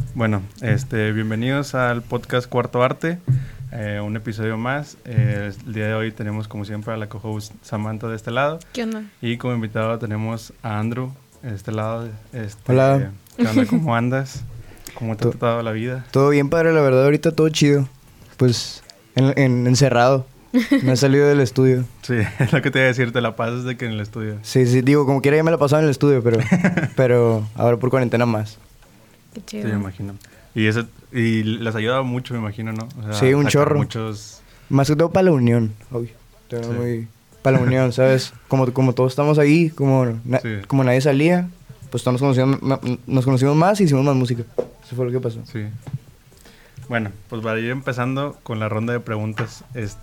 Bueno, bienvenidos al podcast Cuarto Arte, un episodio más. El día de hoy tenemos como siempre a la co-host Samantha de este lado. ¿Qué onda? Y como invitado tenemos a Andrew de este lado. Hola. ¿Qué onda? ¿Cómo andas? ¿Cómo te ha tratado la vida? Todo bien, padre, la verdad, ahorita todo chido. Pues, encerrado. No he salido del estudio. Sí, es lo que te iba a decir, te la pasas de que en el estudio. Sí, digo, como quiera ya me la pasaba en el estudio, pero ahora por cuarentena más. Qué Sí, chido. me imagino. Y les ayuda mucho, me imagino, ¿no? O sea, Sí, un sacar chorro. muchos... Más que todo para la unión, obvio. Sí. Para la unión, ¿sabes? Como todos estamos ahí, Sí. como nadie salía, pues todos nos conocimos más y hicimos más música. Eso fue lo que pasó. Sí. Bueno, pues para ir empezando con la ronda de preguntas,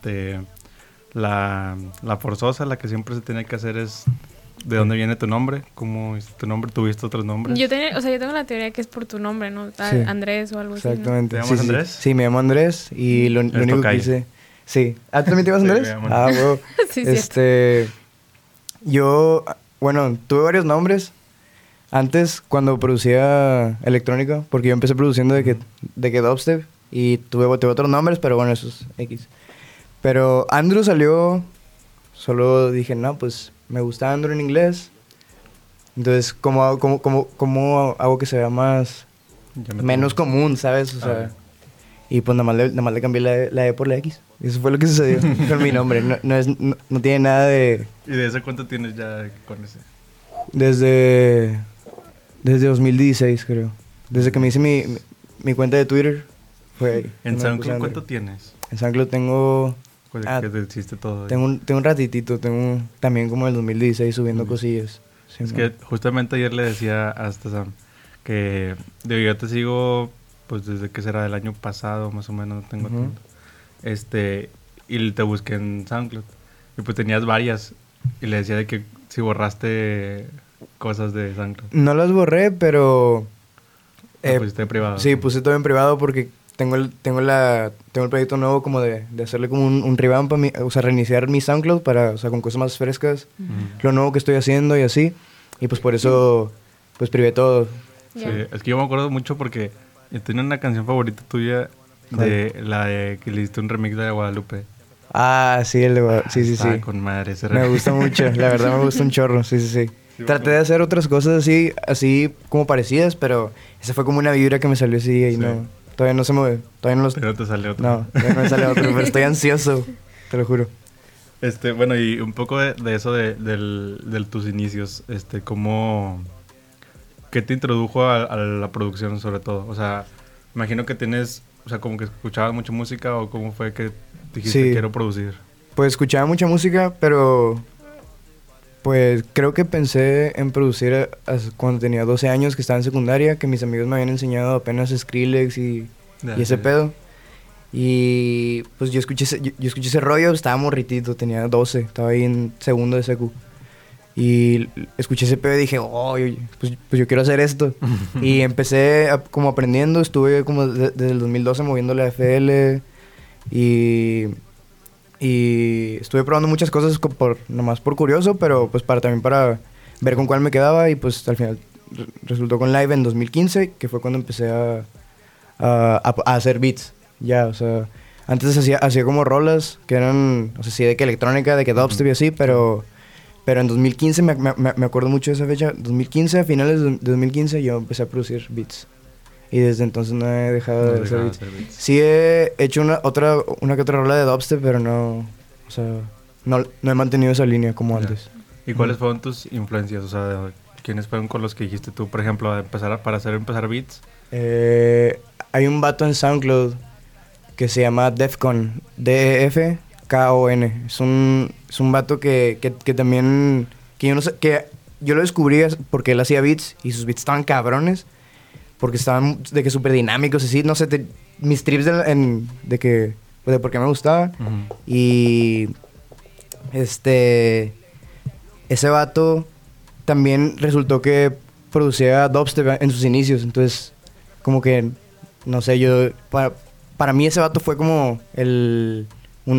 la forzosa, la que siempre se tiene que hacer es ¿de dónde viene tu nombre? ¿Cómo es tu nombre? ¿Tuviste otros nombres? Yo tengo la teoría que es por tu nombre, ¿no? Sí. Andrés o algo Exactamente. ¿Te llamas Sí. Andrés? Sí, me llamo Andrés y lo único que tocayo. hice... Sí. ¿Ah, tú también te llamas Sí, Andrés? me llamo Andrés. Huevo. Sí, cierto. Yo, bueno, tuve varios nombres. Antes, cuando producía electrónica, porque yo empecé produciendo de que dubstep y tuve otros nombres, pero bueno, eso es X. Pero Andrew salió, solo dije, no, pues me gusta Andrew en inglés. Entonces, ¿cómo hago que sea menos común, ¿sabes? O sea, y pues nada más le cambié la E por la X. Eso fue lo que sucedió con mi nombre. No tiene nada de... ¿Y de ese cuánto tienes ya con ese? Desde 2016, creo. Desde que me hice mi cuenta de Twitter, fue ahí. ¿En Me SoundCloud puse cuánto Andrew. tienes? En SoundCloud tengo... Pues Ah, que te hiciste todo. Tengo un ratitito, tengo también como el 2016 subiendo cosillas. Sí, Es man. que justamente ayer le decía a Sam que yo te sigo pues desde que será del año pasado más o menos, no tengo Ujú. tanto. Y te busqué en SoundCloud y pues tenías varias y le decía de que si borraste cosas de SoundCloud. No las borré, pero... Lo pusiste en privado. Sí, puse todo en privado porque tengo el proyecto nuevo como de hacerle como un revamp a o sea, reiniciar mi SoundCloud para, o sea, con cosas más frescas, lo nuevo que estoy haciendo y así. Y pues por eso, pues privé todo. Sí, Ya. es que yo me acuerdo mucho porque yo tenía una canción favorita tuya de la de que le diste un remix de Guadalupe. Ah, sí, sí. Estaba con madre ese Me remix. gusta mucho, la verdad me gusta un chorro, sí. Sí, Traté de hacer otras cosas así como parecidas, pero esa fue como una vibra que me salió así y Sí. no, todavía no se mueve, todavía no los... Pero te sale otro. No, todavía no me sale otro, pero estoy ansioso, te lo juro. Bueno, y un poco de eso de tus inicios, ¿qué te introdujo a la producción sobre todo? O sea, imagino que tienes, o sea, como que escuchabas mucha música o cómo fue que dijiste Sí. quiero producir. Pues escuchaba mucha música, pero pues creo que pensé en producir cuando tenía 12 años, que estaba en secundaria, que mis amigos me habían enseñado apenas Skrillex y ese pedo. Y pues yo escuché ese rollo, estaba morritito, tenía 12, estaba ahí en segundo de secu. Y escuché ese pedo y dije, oh, pues yo quiero hacer esto. Y empecé como aprendiendo, estuve como desde el 2012 moviéndole a FL y estuve probando muchas cosas nomás por curioso, pero pues también para ver con cuál me quedaba y pues al final resultó con Live en 2015, que fue cuando empecé a hacer beats. Ya, o sea, antes hacía como rolas que eran, o sea, sí, de que electrónica, de que dubstep y así, pero en 2015 me acuerdo mucho de esa fecha. 2015, a finales de 2015 yo empecé a producir beats. Y desde entonces no he dejado de hacer beats. Sí he hecho una que otra rola de dubstep, pero no, o sea, no he mantenido esa línea como antes. ¿Y cuáles fueron tus influencias? O sea, ¿quiénes fueron con los que dijiste tú, por ejemplo, para empezar beats? Hay un vato en SoundCloud que se llama Defcon, DEFKON. Es un vato que también, que yo no sé, que yo lo descubrí porque él hacía beats y sus beats estaban cabrones, porque estaban de que súper dinámicos, así, no sé, mis trips de por qué me gustaba. Uh-huh. Y ese vato también resultó que producía dubstep en sus inicios, entonces como que, no sé, para mí ese vato fue como el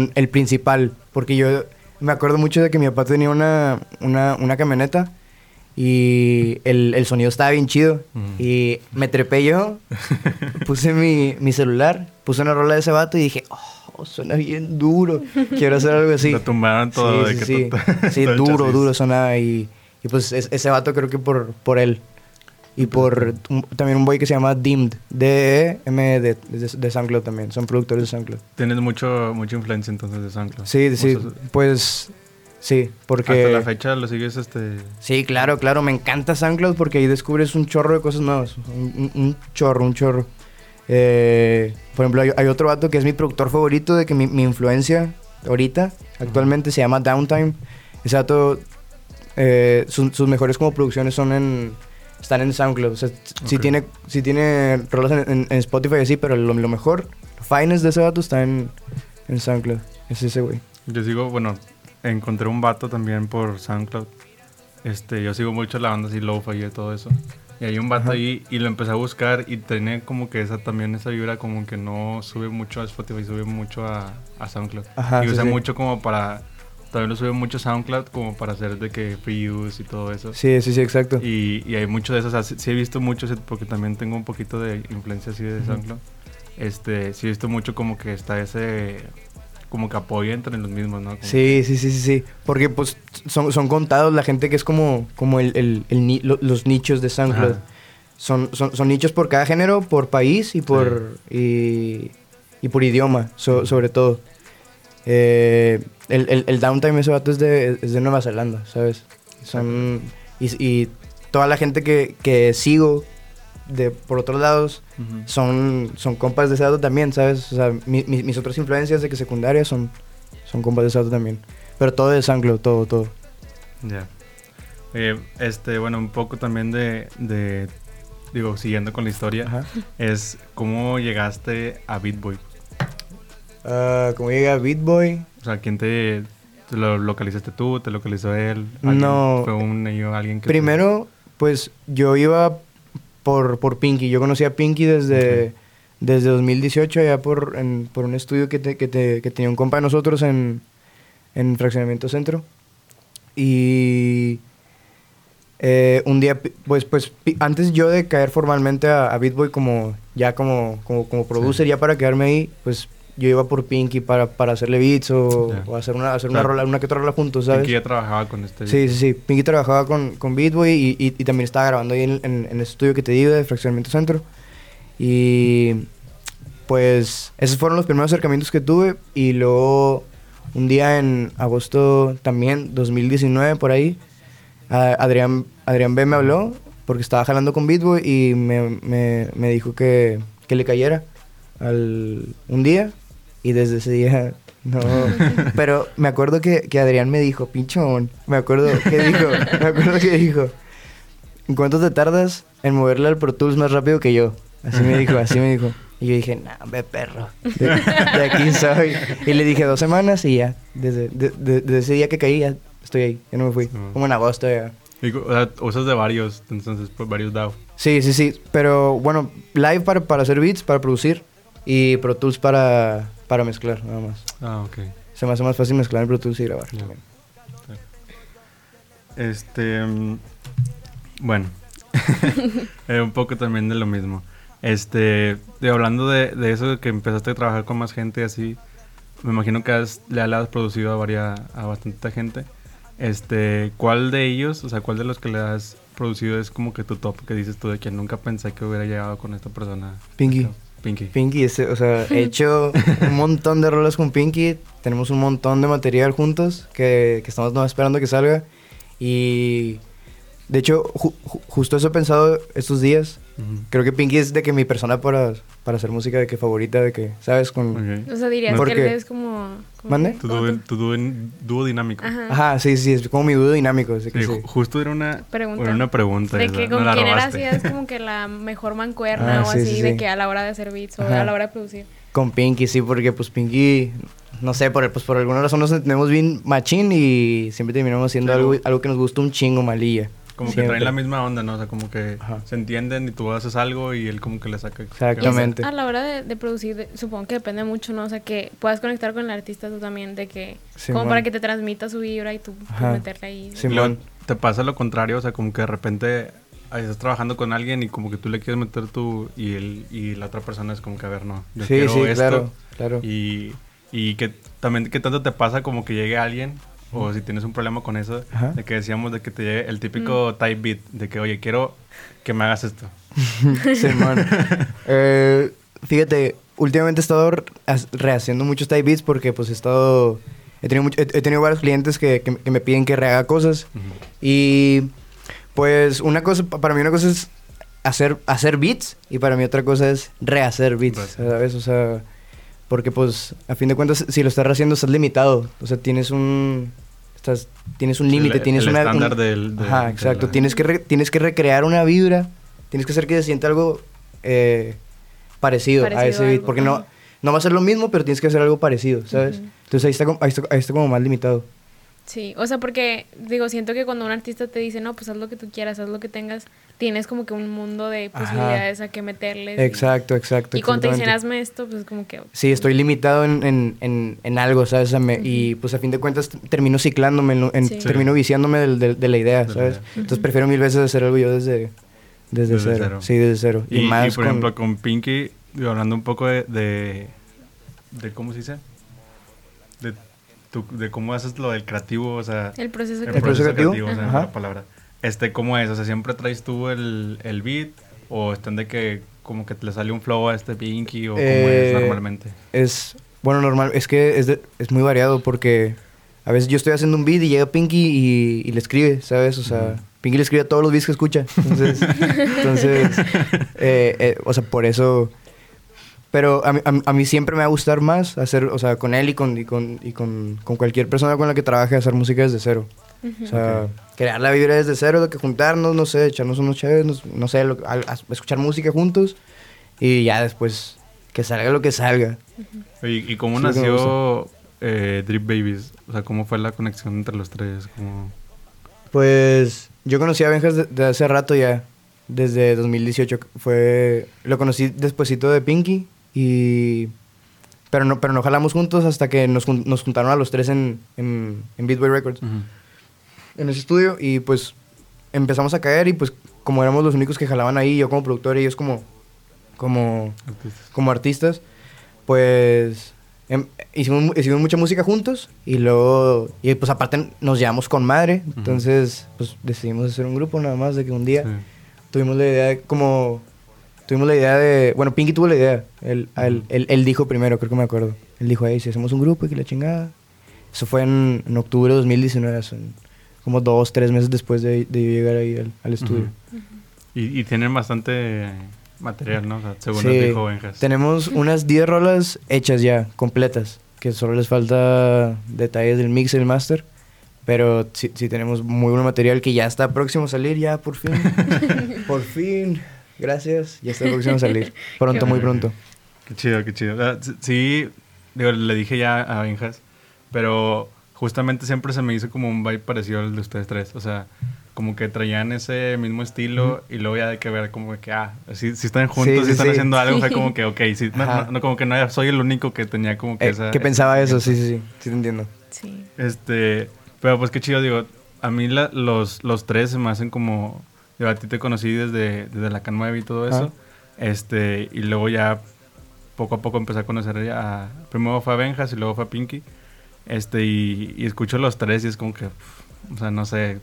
principal, porque yo me acuerdo mucho de que mi papá tenía una camioneta Y el sonido estaba bien chido. Y me trepé yo, puse mi celular, puse una rola de ese vato y dije, oh, suena bien duro. Quiero hacer algo así. Lo tumbaron todo. Sí, duro sonaba. Y pues ese vato creo que por él. Y por también un boy que se llama Dimmed, D-E-M de SoundCloud también. Son productores de SoundCloud. Tienes mucha influencia entonces de SoundCloud. Sí, pues sí, porque... Hasta la fecha lo sigues Sí, claro, me encanta SoundCloud porque ahí descubres un chorro de cosas nuevas. Un chorro. Por ejemplo, hay otro vato que es mi productor favorito, de que mi influencia ahorita, actualmente, se llama Downtime. Ese vato, sus mejores como producciones están en SoundCloud. O sea, okay. sí tiene rolas en Spotify y así, pero lo mejor, lo finest de ese vato está en SoundCloud. Es ese güey. Yo sigo, encontré un vato también por SoundCloud. Yo sigo mucho la banda así, lo-fi y todo eso. Y hay un vato ahí y lo empecé a buscar y tenía como que esa vibra como que no sube mucho a Spotify, sube mucho a SoundCloud. Ajá, y usa mucho como para... También lo sube mucho SoundCloud como para hacer de que free use y todo eso. Sí, exacto. Y hay mucho de eso, o sea, sí he visto mucho, porque también tengo un poquito de influencia así de SoundCloud. Sí he visto mucho como que está ese... Como que apoyo entre los mismos, ¿no? Como sí. Porque pues son contados la gente que es como los nichos de SoundCloud. Son nichos por cada género, por país y por idioma, sobre todo. El Downtime, ese vato es de Nueva Zelanda, ¿sabes? Y toda la gente que sigo por otros lados son compas de ese vato también, ¿sabes? O sea, mis otras influencias de que secundaria son compas de ese vato también. Pero todo de SoundCloud, todo. Ya. Un poco también digo, siguiendo con la historia, es cómo llegaste a BeatBoy. ¿Cómo llegué a BeatBoy? O sea, ¿quién te lo localizaste tú? ¿Te localizó él? No. ¿Fue alguien que...? Primero, pues, yo iba por Pinky. Yo conocí a Pinky desde 2018, allá por un estudio que tenía un compa de nosotros en Fraccionamiento Centro. Y un día, pues antes yo de caer formalmente a BeatBoy como producer, ya para quedarme ahí, pues yo iba por Pinky para hacerle beats o hacer una rola, una que otra rola juntos, ¿sabes? Pinky ya trabajaba con este... Sí. Pinky trabajaba con BeatBoy y también estaba grabando ahí en el estudio que te digo de Fraccionamiento Centro. Y pues esos fueron los primeros acercamientos que tuve. Y luego un día en agosto también, 2019 por ahí, Adrián B me habló porque estaba jalando con BeatBoy y me dijo que le cayera un día. Y desde ese día, no. Pero me acuerdo que Adrián me dijo, pinchón. Me acuerdo que dijo, ¿en cuánto te tardas en moverle al Pro Tools más rápido que yo? Así me dijo. Y yo dije, nah, ve perro. De aquí soy. Y le dije 2 semanas y ya. Desde ese día que caí, ya estoy ahí. Ya no me fui. Como en agosto ya. Y, o sea, usas de varios, entonces, pues, varios DAW. Sí. Pero bueno, Live para hacer beats, para producir. Y Pro Tools para mezclar, nada más. Ok. Se me hace más fácil mezclar en Pro Tools y grabar también. Bueno. Un poco también de lo mismo. Hablando de eso, que empezaste a trabajar con más gente y así, me imagino que le has producido a bastante gente. ¿Cuál de ellos, o sea, cuál de los que le has producido es como que tu top, que dices tú de que nunca pensé que hubiera llegado con esta persona? Pinky, o sea, he hecho un montón de rolas con Pinky. Tenemos un montón de material juntos que estamos nomás esperando que salga. Y de hecho, justo eso he pensado estos días. Creo que Pinky es de que mi persona para hacer música de que favorita, de que, ¿sabes? O sea, dirías que él es como... ¿Mande? Tu dúo dinámico. Ajá, sí, es como mi dúo dinámico. Sí. Justo era una pregunta. De que con quién era así, es como que la mejor mancuerna o así, de que a la hora de hacer beats o a la hora de producir. Con Pinky, sí, porque pues Pinky, no sé, por alguna razón nos entendemos bien machín y siempre terminamos haciendo algo que nos gusta un chingo, malilla. Como siempre. Que traen la misma onda, ¿no? O sea, como que se entienden y tú haces algo y él como que le saca... Exactamente. A la hora de producir, supongo que depende mucho, ¿no? O sea, que puedas conectar con el artista tú también, de que... como para que te transmita su vibra y tú meterle ahí. Simón. te pasa lo contrario, o sea, como que de repente estás trabajando con alguien y como que tú le quieres meter y la otra persona es como que, a ver, no, yo quiero esto. Claro. Y que también, que tanto te pasa como que llegue alguien, o si tienes un problema con eso, de que decíamos de que te llegue el típico type beat, de que, oye, quiero que me hagas esto. Sí, man. Fíjate, últimamente he estado rehaciendo muchos type beats porque pues he tenido varios clientes que me piden que rehaga cosas. Y pues para mí una cosa es hacer beats y para mí otra cosa es rehacer beats, ¿sabes? O sea, porque pues a fin de cuentas si lo estás rehaciendo estás limitado, o sea, tienes un límite, tienes el estándar del ajá, exacto, tienes que recrear una vibra, tienes que hacer que se sienta algo parecido a ese beat, porque no va a ser lo mismo, pero tienes que hacer algo parecido, ¿sabes? Entonces ahí está como más limitado. Sí, o sea, porque, digo, siento que cuando un artista te dice, no, pues haz lo que tú quieras, haz lo que tengas, tienes como que un mundo de posibilidades a que meterles. Exacto. Y cuando te dicen, hazme esto, pues como que... Sí, estoy limitado en algo, ¿sabes? Y pues a fin de cuentas termino ciclándome, termino viciándome de la idea, ¿sabes? Entonces prefiero mil veces hacer algo yo desde cero. Sí, desde cero. Y más por ejemplo, con Pinky, hablando un poco de ¿cómo se dice? De cómo haces lo del creativo, o sea... El proceso creativo, o sea, la palabra. ¿Cómo es? O sea, ¿siempre traes tú el beat? ¿O están de que como que le sale un flow a Pinky? ¿O cómo es normalmente? Bueno, normal. Es que es muy variado porque a veces yo estoy haciendo un beat y llega Pinky y le escribe, ¿sabes? O sea, Pinky le escribe a todos los beats que escucha. Entonces o sea, por eso... Pero a mí siempre me va a gustar más hacer, o sea, con él y con cualquier persona con la que trabaje, hacer música desde cero. O sea, crear la vibra desde cero, de que juntarnos, no sé, echarnos unos chéveres, no sé, escuchar música juntos y ya después que salga lo que salga. ¿Y cómo nació Drip Babies? O sea, ¿cómo fue la conexión entre los tres? Pues yo conocí a Benjas de hace rato ya, desde 2018. Lo conocí despuesito de Pinky. Pero no jalamos juntos hasta que nos juntaron a los tres en Beat Boy Records, en ese estudio, y pues empezamos a caer y pues como éramos los únicos que jalaban ahí, yo como productor y ellos como artistas, pues hicimos mucha música juntos y pues aparte nos llevamos con madre, entonces pues decidimos hacer un grupo nada más, de que un día tuvimos la idea de... Bueno, Pinky tuvo la idea. Él dijo primero, creo que me acuerdo. Él dijo, si hacemos un grupo y que la chingada. Eso fue en octubre de 2019, como 2-3 meses después de yo llegar ahí al estudio. Y tienen bastante material, ¿no? O sea, según nos dijo Benjas. Tenemos unas 10 rolas hechas ya, completas. Que solo les falta detalles del mix y el master. Pero sí tenemos muy buen material que ya está próximo a salir, ya por fin. Por fin. Gracias, ya está próximo a salir. Pronto, muy pronto. Qué chido, qué chido. Sí, digo, le dije ya a Benjas, pero justamente siempre se me hizo como un vibe parecido al de ustedes tres. O sea, como que traían ese mismo estilo y luego ya hay que ver como que, si están juntos, si están haciendo algo, fue como que, ok, sí, no, como que no soy el único que tenía como que esa... Que pensaba eso, sí te entiendo. Sí. Pero pues qué chido, digo, a mí los tres se me hacen como... Yo a ti te conocí desde la K9 y todo eso. Y luego ya poco a poco empecé a conocer primero fue a Benjas y luego fue a Pinky. Y escucho los tres y es como que... o sea, no sé...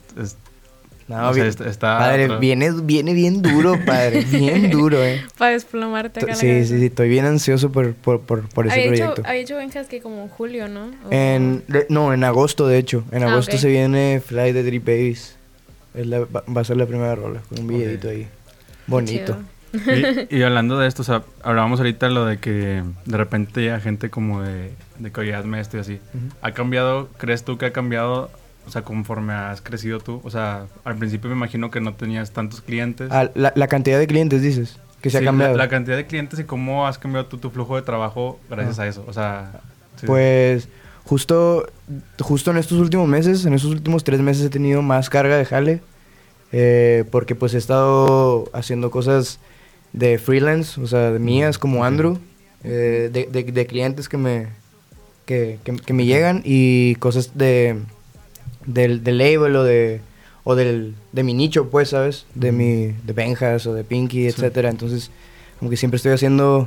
está... Padre, viene bien duro, padre. Bien duro, Para desplomarte acá Sí, estoy bien ansioso por ese proyecto. Había hecho Benjas que como en julio, ¿no? En agosto, de hecho. En agosto se viene Fly de Drip Babies. Va a ser la primera rola, con un videito ahí. Bonito. Y hablando de esto, o sea, hablábamos ahorita lo de que de repente llega gente como de que oye, hazme esto y así. ¿Ha cambiado, crees tú que ha cambiado, o sea, conforme has crecido tú? O sea, al principio me imagino que no tenías tantos clientes. La cantidad de clientes, dices, que se ha cambiado. La cantidad de clientes y cómo has cambiado tú tu flujo de trabajo gracias a eso. O sea... Pues... Justo en estos últimos meses, en estos últimos 3 meses he tenido más carga de jale, porque pues he estado haciendo cosas de freelance, o sea, de mías como Andrew, de clientes que me llegan y cosas del label o de de mi nicho, pues, ¿sabes? De Benjas o de Pinky, etcétera. Entonces, como que siempre estoy haciendo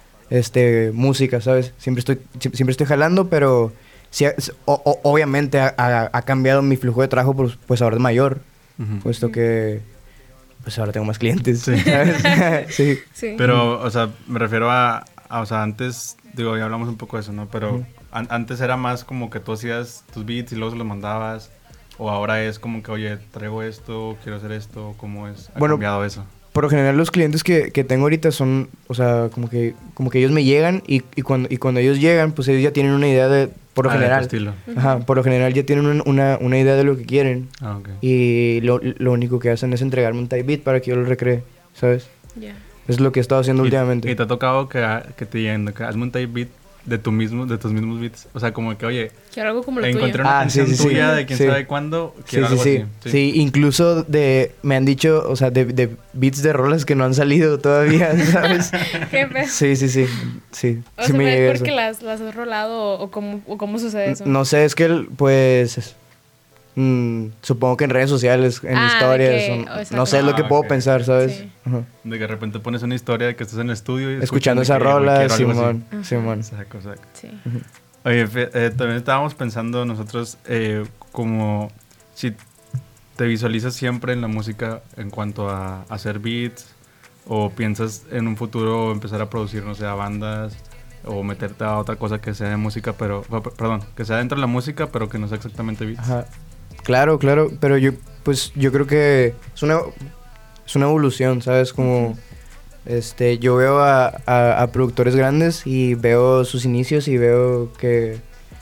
música, ¿sabes? Siempre estoy jalando, pero sí, obviamente ha cambiado mi flujo de trabajo, pues ahora es mayor, puesto que pues ahora tengo más clientes, sí. ¿sabes? Sí. Pero, o sea, me refiero o sea, antes, digo, ya hablamos un poco de eso, ¿no? Pero antes era más como que tú hacías tus beats y luego se los mandabas, o ahora es como que, oye, traigo esto, quiero hacer esto, ¿cómo es? ¿Ha cambiado eso? Por lo general los clientes que tengo ahorita son, o sea, como que ellos me llegan y cuando ellos llegan, pues ellos ya tienen una idea de, por lo general. De tu estilo. Ajá, por lo general ya tienen una idea de lo que quieren. Ah, okay. Y lo único que hacen es entregarme un type beat para que yo lo recree, ¿sabes? Yeah. Es lo que he estado haciendo últimamente. ¿Y te ha tocado que te lleguen, que hazme un type beat de tus mismos beats? O sea, como que, oye, quiero algo como lo encontré tuyo. una canción tuya de quién sí. sabe cuándo, quiero algo así. Sí, incluso me han dicho, o sea, de beats de rolas que no han salido todavía, ¿sabes? Qué feo. Sí. O sea, me ¿es llega porque eso. las has rolado o cómo sucede eso? No sé, es que, pues, supongo que en redes sociales, en historias, no sé, es lo que puedo pensar, ¿sabes? Sí. Ajá. De que de repente pones una historia de que estás en el estudio y Escuchando esa de que, rola, quiero algo así. Simón. Exacto. Sí. Oye, también estábamos pensando nosotros como si te visualizas siempre en la música en cuanto a hacer beats o piensas en un futuro empezar a producir, no sé, a bandas o meterte a otra cosa que sea de música, que sea dentro de la música, pero que no sea exactamente beats. Ajá. Claro, pero yo creo que es una evolución, ¿sabes? Como yo veo a productores grandes y veo sus inicios y veo que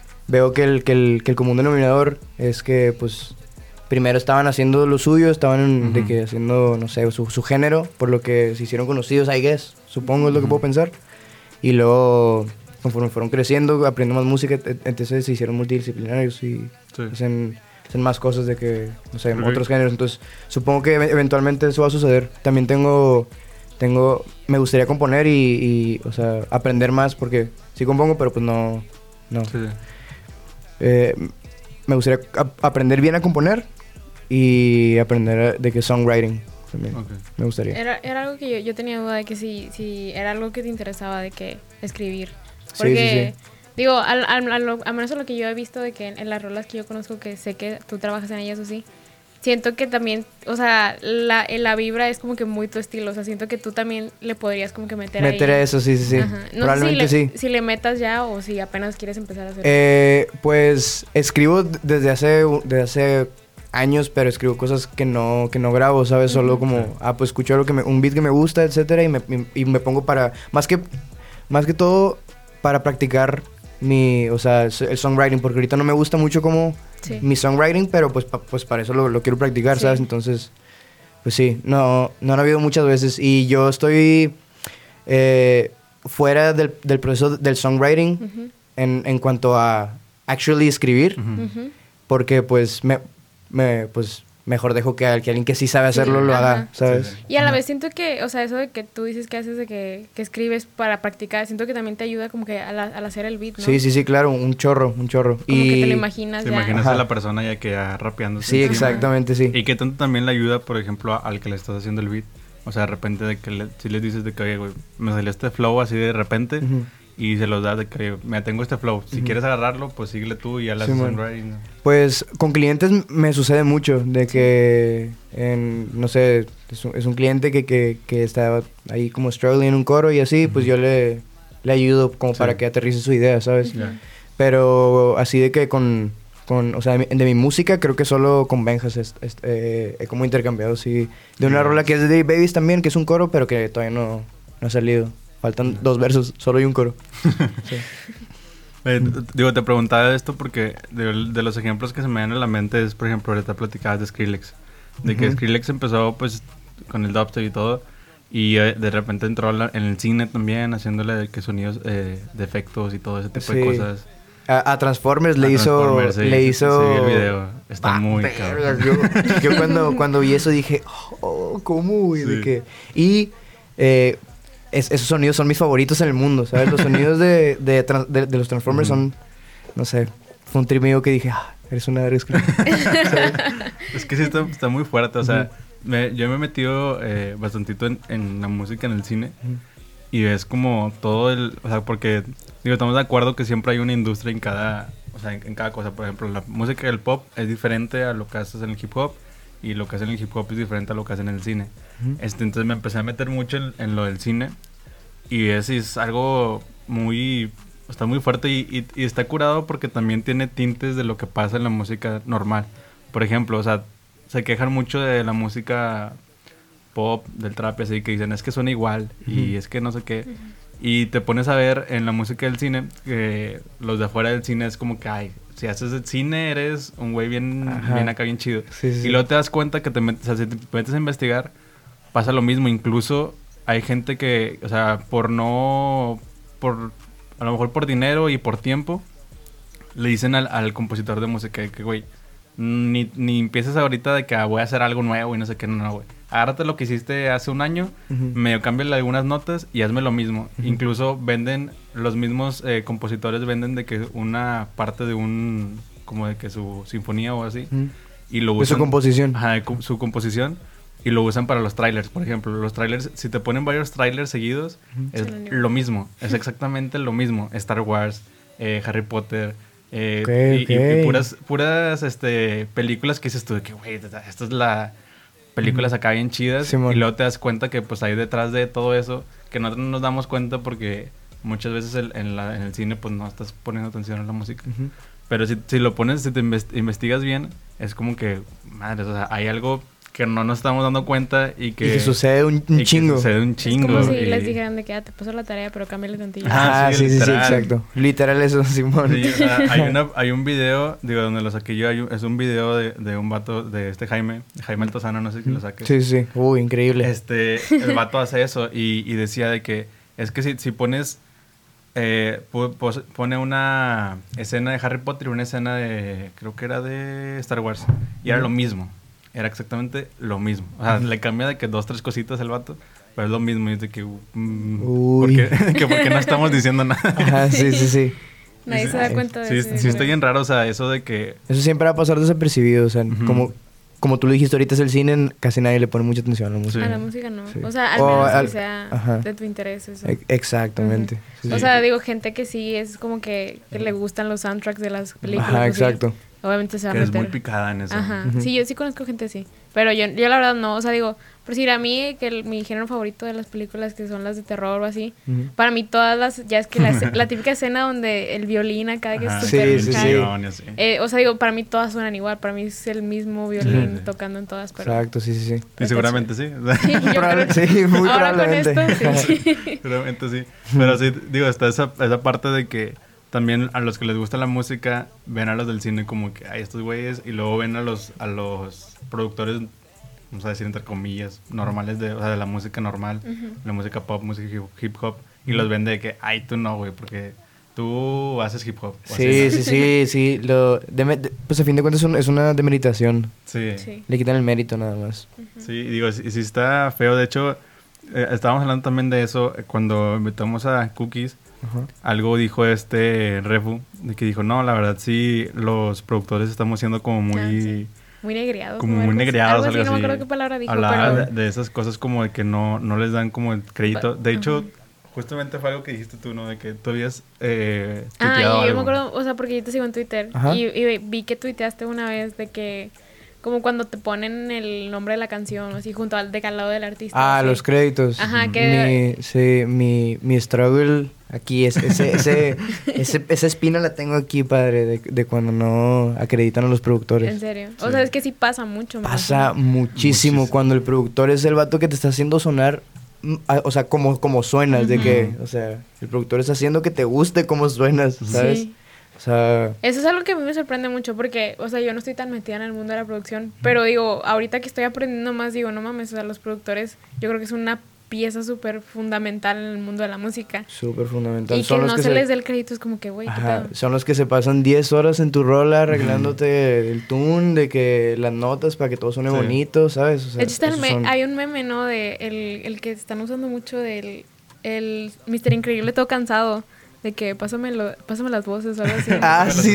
el común denominador es que pues primero estaban haciendo lo suyo, estaban de que haciendo, no sé, su género, por lo que se hicieron conocidos, I guess, supongo es lo que puedo pensar. Y luego, conforme fueron creciendo, aprendiendo más música, entonces se hicieron multidisciplinarios y hacen más cosas de que, no sé, otros géneros. Entonces, supongo que eventualmente eso va a suceder. También me gustaría componer y o sea, aprender más, porque sí compongo, pero pues no. Sí. Me gustaría aprender bien a componer y aprender de que songwriting también. Okay. Me gustaría. Era algo que yo tenía duda de que si era algo que te interesaba de que escribir. Porque, sí. Digo, al menos lo que yo he visto de que en las rolas que yo conozco, que sé que tú trabajas en ellas o sí, siento que también, o sea, la vibra es como que muy tu estilo. O sea, siento que tú también le podrías como que meter ahí. Meter eso, sí. Ajá. No probablemente sé si le metas ya o si apenas quieres empezar a hacerlo. Pues escribo desde hace años, pero escribo cosas que no grabo, ¿sabes? Solo como, pues escucho un beat que me gusta, etcétera, y me pongo para, más que todo, para practicar el songwriting, porque ahorita no me gusta mucho como mi songwriting, pero pues para eso lo quiero practicar, ¿sabes? Entonces, pues sí, no han habido muchas veces, y yo estoy fuera del proceso del songwriting en cuanto a actually escribir, porque pues pues mejor dejo que alguien que sí sabe hacerlo lo haga, ¿sabes? Y a la vez siento que, o sea, eso de que tú dices que haces de que escribes para practicar, siento que también te ayuda como que al hacer el beat, ¿no? Sí, claro, un chorro. Como que te lo imaginas ya. Te imaginas a la persona ya que ya rapeando. Sí, exactamente, sí. Y que tanto también le ayuda, por ejemplo, al que le estás haciendo el beat. O sea, de repente de que si les dices de que, oye, güey, me salió este flow así de repente... Y se los da de que, me tengo este flow. Si quieres agarrarlo, pues síguele tú y ya la haces songwriting. Pues con clientes me sucede mucho. De que, no sé, es un cliente que está ahí como struggling en un coro y así, pues yo le ayudo como para que aterrice su idea, ¿sabes? Pero así de que o sea, de mi música, creo que solo con Benjas he como intercambiado, sí. De una rola que es de Dave Babies también, que es un coro, pero que todavía no ha salido. Faltan 2 versos, solo hay un coro. Te preguntaba esto porque de los ejemplos que se me dan a la mente es, por ejemplo, ahorita platicabas de Skrillex. De que Skrillex empezó pues con el dubstep y todo. Y de repente entró en el cine también, haciéndole que sonidos de efectos y todo ese tipo de cosas. A Transformers le hizo... Sí, el video. Está muy cabrón. Yo cuando vi eso dije, ¿cómo, güey? Sí. Esos sonidos son mis favoritos en el mundo, ¿sabes? Los sonidos de los Transformers son, no sé, fue un trip mío que dije, Eres una verga escribiendo. Es que sí está muy fuerte, o sea, yo me he metido bastantito en la música, en el cine, y es como todo o sea, porque, digo, estamos de acuerdo que siempre hay una industria en cada, o sea, en cada cosa. Por ejemplo, la música del pop es diferente a lo que haces en el hip hop, y lo que haces en el hip hop es diferente a lo que haces en el cine. Entonces me empecé a meter mucho en lo del cine, y es algo está muy fuerte y está curado porque también tiene tintes de lo que pasa en la música normal. Por ejemplo, o sea, se quejan mucho de la música pop, del trap, así que dicen, es que suena igual, y es que no sé qué. Y te pones a ver en la música del cine, que los de afuera del cine es como que, ay, si haces el cine eres un güey bien acá, bien chido. Sí. Y luego te das cuenta que o sea, si te metes a investigar, pasa lo mismo. Incluso hay gente que, o sea, a lo mejor por dinero y por tiempo, le dicen al compositor de música que, güey, ni empieces ahorita de que voy a hacer algo nuevo y no sé qué, no, güey. Agárrate lo que hiciste hace un año, medio cámbiale algunas notas y hazme lo mismo. Incluso venden, los mismos compositores venden de que una parte de como de que su sinfonía o así, y lo usan. De su composición. Ajá, su composición, y lo usan para los trailers, por ejemplo. Los trailers, si te ponen varios trailers seguidos, es lo mismo, es exactamente lo mismo. Star Wars, Harry Potter, y puras películas que dices tú de que, güey, esta es la... películas acá bien chidas, y luego te das cuenta que pues hay detrás de todo eso que nosotros no nos damos cuenta porque muchas veces en el cine pues no estás poniendo atención a la música. Pero si lo pones, si te investigas bien, es como que, madre, o sea, hay algo que no nos estamos dando cuenta y que sucede un chingo. Que sucede un chingo. Es como si les dijeran de que te paso la tarea, pero cámbiale tantillo. Sí, exacto. Literal eso, Simón. Sí, o sea, hay un video, digo, donde lo saqué yo, es un video de un vato, de Jaime Altozano, no sé si lo saques. Sí. Increíble. El vato hace eso y decía de que es que si pones, pone una escena de Harry Potter y una escena de, creo que era de Star Wars, y era lo mismo. Era exactamente lo mismo. O sea, le cambia de que 2-3 cositas el vato, pero es lo mismo. Y es de que, ¿por qué no estamos diciendo nada? Sí. Nadie se da cuenta de eso. Sí, está bien raro, o sea, eso de que... Eso siempre va a pasar desapercibido, o sea, como tú lo dijiste ahorita es el cine, casi nadie le pone mucha atención a la música. A la música no. Sí. O sea, al menos que sea de tu interés eso. Exactamente. O sea, digo, gente que sí es como que le gustan los soundtracks de las películas. Exacto. Obviamente se va a meter. Es muy picada en eso. Sí, yo sí conozco gente así. Pero yo la verdad no. O sea, digo, por decir a mí, que mi género favorito de las películas que son las de terror o así, para mí todas las, ya es que la típica escena donde el violín acá que es súper o sea, digo, para mí todas suenan igual. Para mí es el mismo violín tocando en todas. Pero exacto, sí. Y seguramente sí. Muy ahora probablemente. con esto, sí. Seguramente sí. Pero sí, digo, está esa parte de que también a los que les gusta la música ven a los del cine como que hay estos güeyes, y luego ven a los productores, vamos a decir entre comillas, normales de la música normal, la música pop, música hip hop, y los ven de que, ay, tú no, güey, porque tú haces hip hop. Sí. Pues a fin de cuentas es una demeritación. Sí. Le quitan el mérito nada más. Sí, digo, sí está feo. De hecho, estábamos hablando también de eso cuando invitamos a Cookies. Algo dijo Refu, de que dijo, no, la verdad sí, los productores estamos siendo como muy... muy negreados. Como muy negreados, algo así. No me acuerdo qué palabra dijo, hablaba de esas cosas como de que no les dan como el crédito. De hecho, justamente fue algo que dijiste tú, ¿no? De que tú habías tuiteado algo. Yo me acuerdo, o sea, porque yo te sigo en Twitter y vi que tuiteaste una vez de que... Como cuando te ponen el nombre de la canción, así, junto al lado del artista. Los créditos. Mi struggle aquí, esa espina la tengo aquí, padre, de cuando no acreditan a los productores. ¿En serio? Sí. O sea, es que sí pasa mucho. Pasa muchísimo cuando el productor es el vato que te está haciendo sonar, o sea, como suenas, de que, o sea, el productor está haciendo que te guste cómo suenas, ¿sabes? Sí. O sea... Eso es algo que a mí me sorprende mucho porque, o sea, yo no estoy tan metida en el mundo de la producción, pero digo, ahorita que estoy aprendiendo más, digo, no mames, o sea, los productores, yo creo que es una pieza súper fundamental en el mundo de la música. Súper fundamental. Y son que no se les dé el crédito, es como que, güey, ¿qué pedo? Son los que se pasan 10 horas en tu rola arreglándote el tune, de que las notas para que todo suene bonito, ¿sabes? O sea, de hecho, hay un meme, ¿no? De el que están usando mucho del Mr. Increíble todo cansado. De que pásame las voces o algo así. Ah, sí.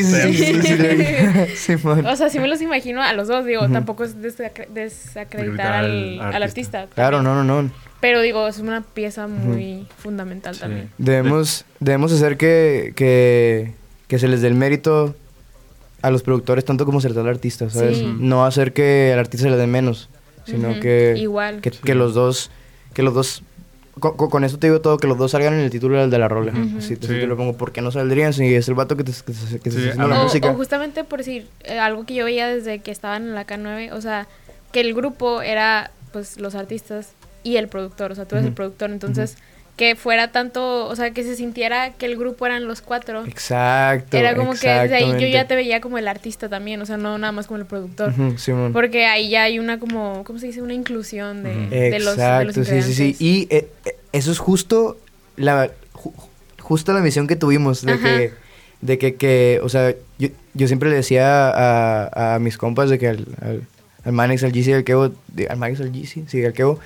O sea, sí me los imagino a los dos, digo, tampoco es desacreditar al artista. Claro, no. Pero digo, es una pieza muy fundamental también. Debemos hacer que se les dé el mérito a los productores tanto como se les da al artista, ¿sabes? Sí. No hacer que al artista se le dé menos, sino que... Igual. Que los dos... Con esto te digo todo, que los dos salgan en el título de la rola. Así te lo pongo. ¿Por qué no saldrían si es el vato que se está haciendo la música? O justamente por decir, algo que yo veía desde que estaban en la K9, o sea, que el grupo era, pues, los artistas y el productor. O sea, tú eres el productor, entonces... Que fuera tanto, o sea, que se sintiera que el grupo eran los 4. Exacto. Era como que desde ahí yo ya te veía como el artista también, o sea, no nada más como el productor. Simón. Porque ahí ya hay una como, ¿cómo se dice? Una inclusión de los integrantes. Sí. Y eso es justo la misión que tuvimos de que, o sea, yo siempre le decía a mis compas de que al Manix, al GC, al Kevo, al Manix, al GC, sí, al Kevo,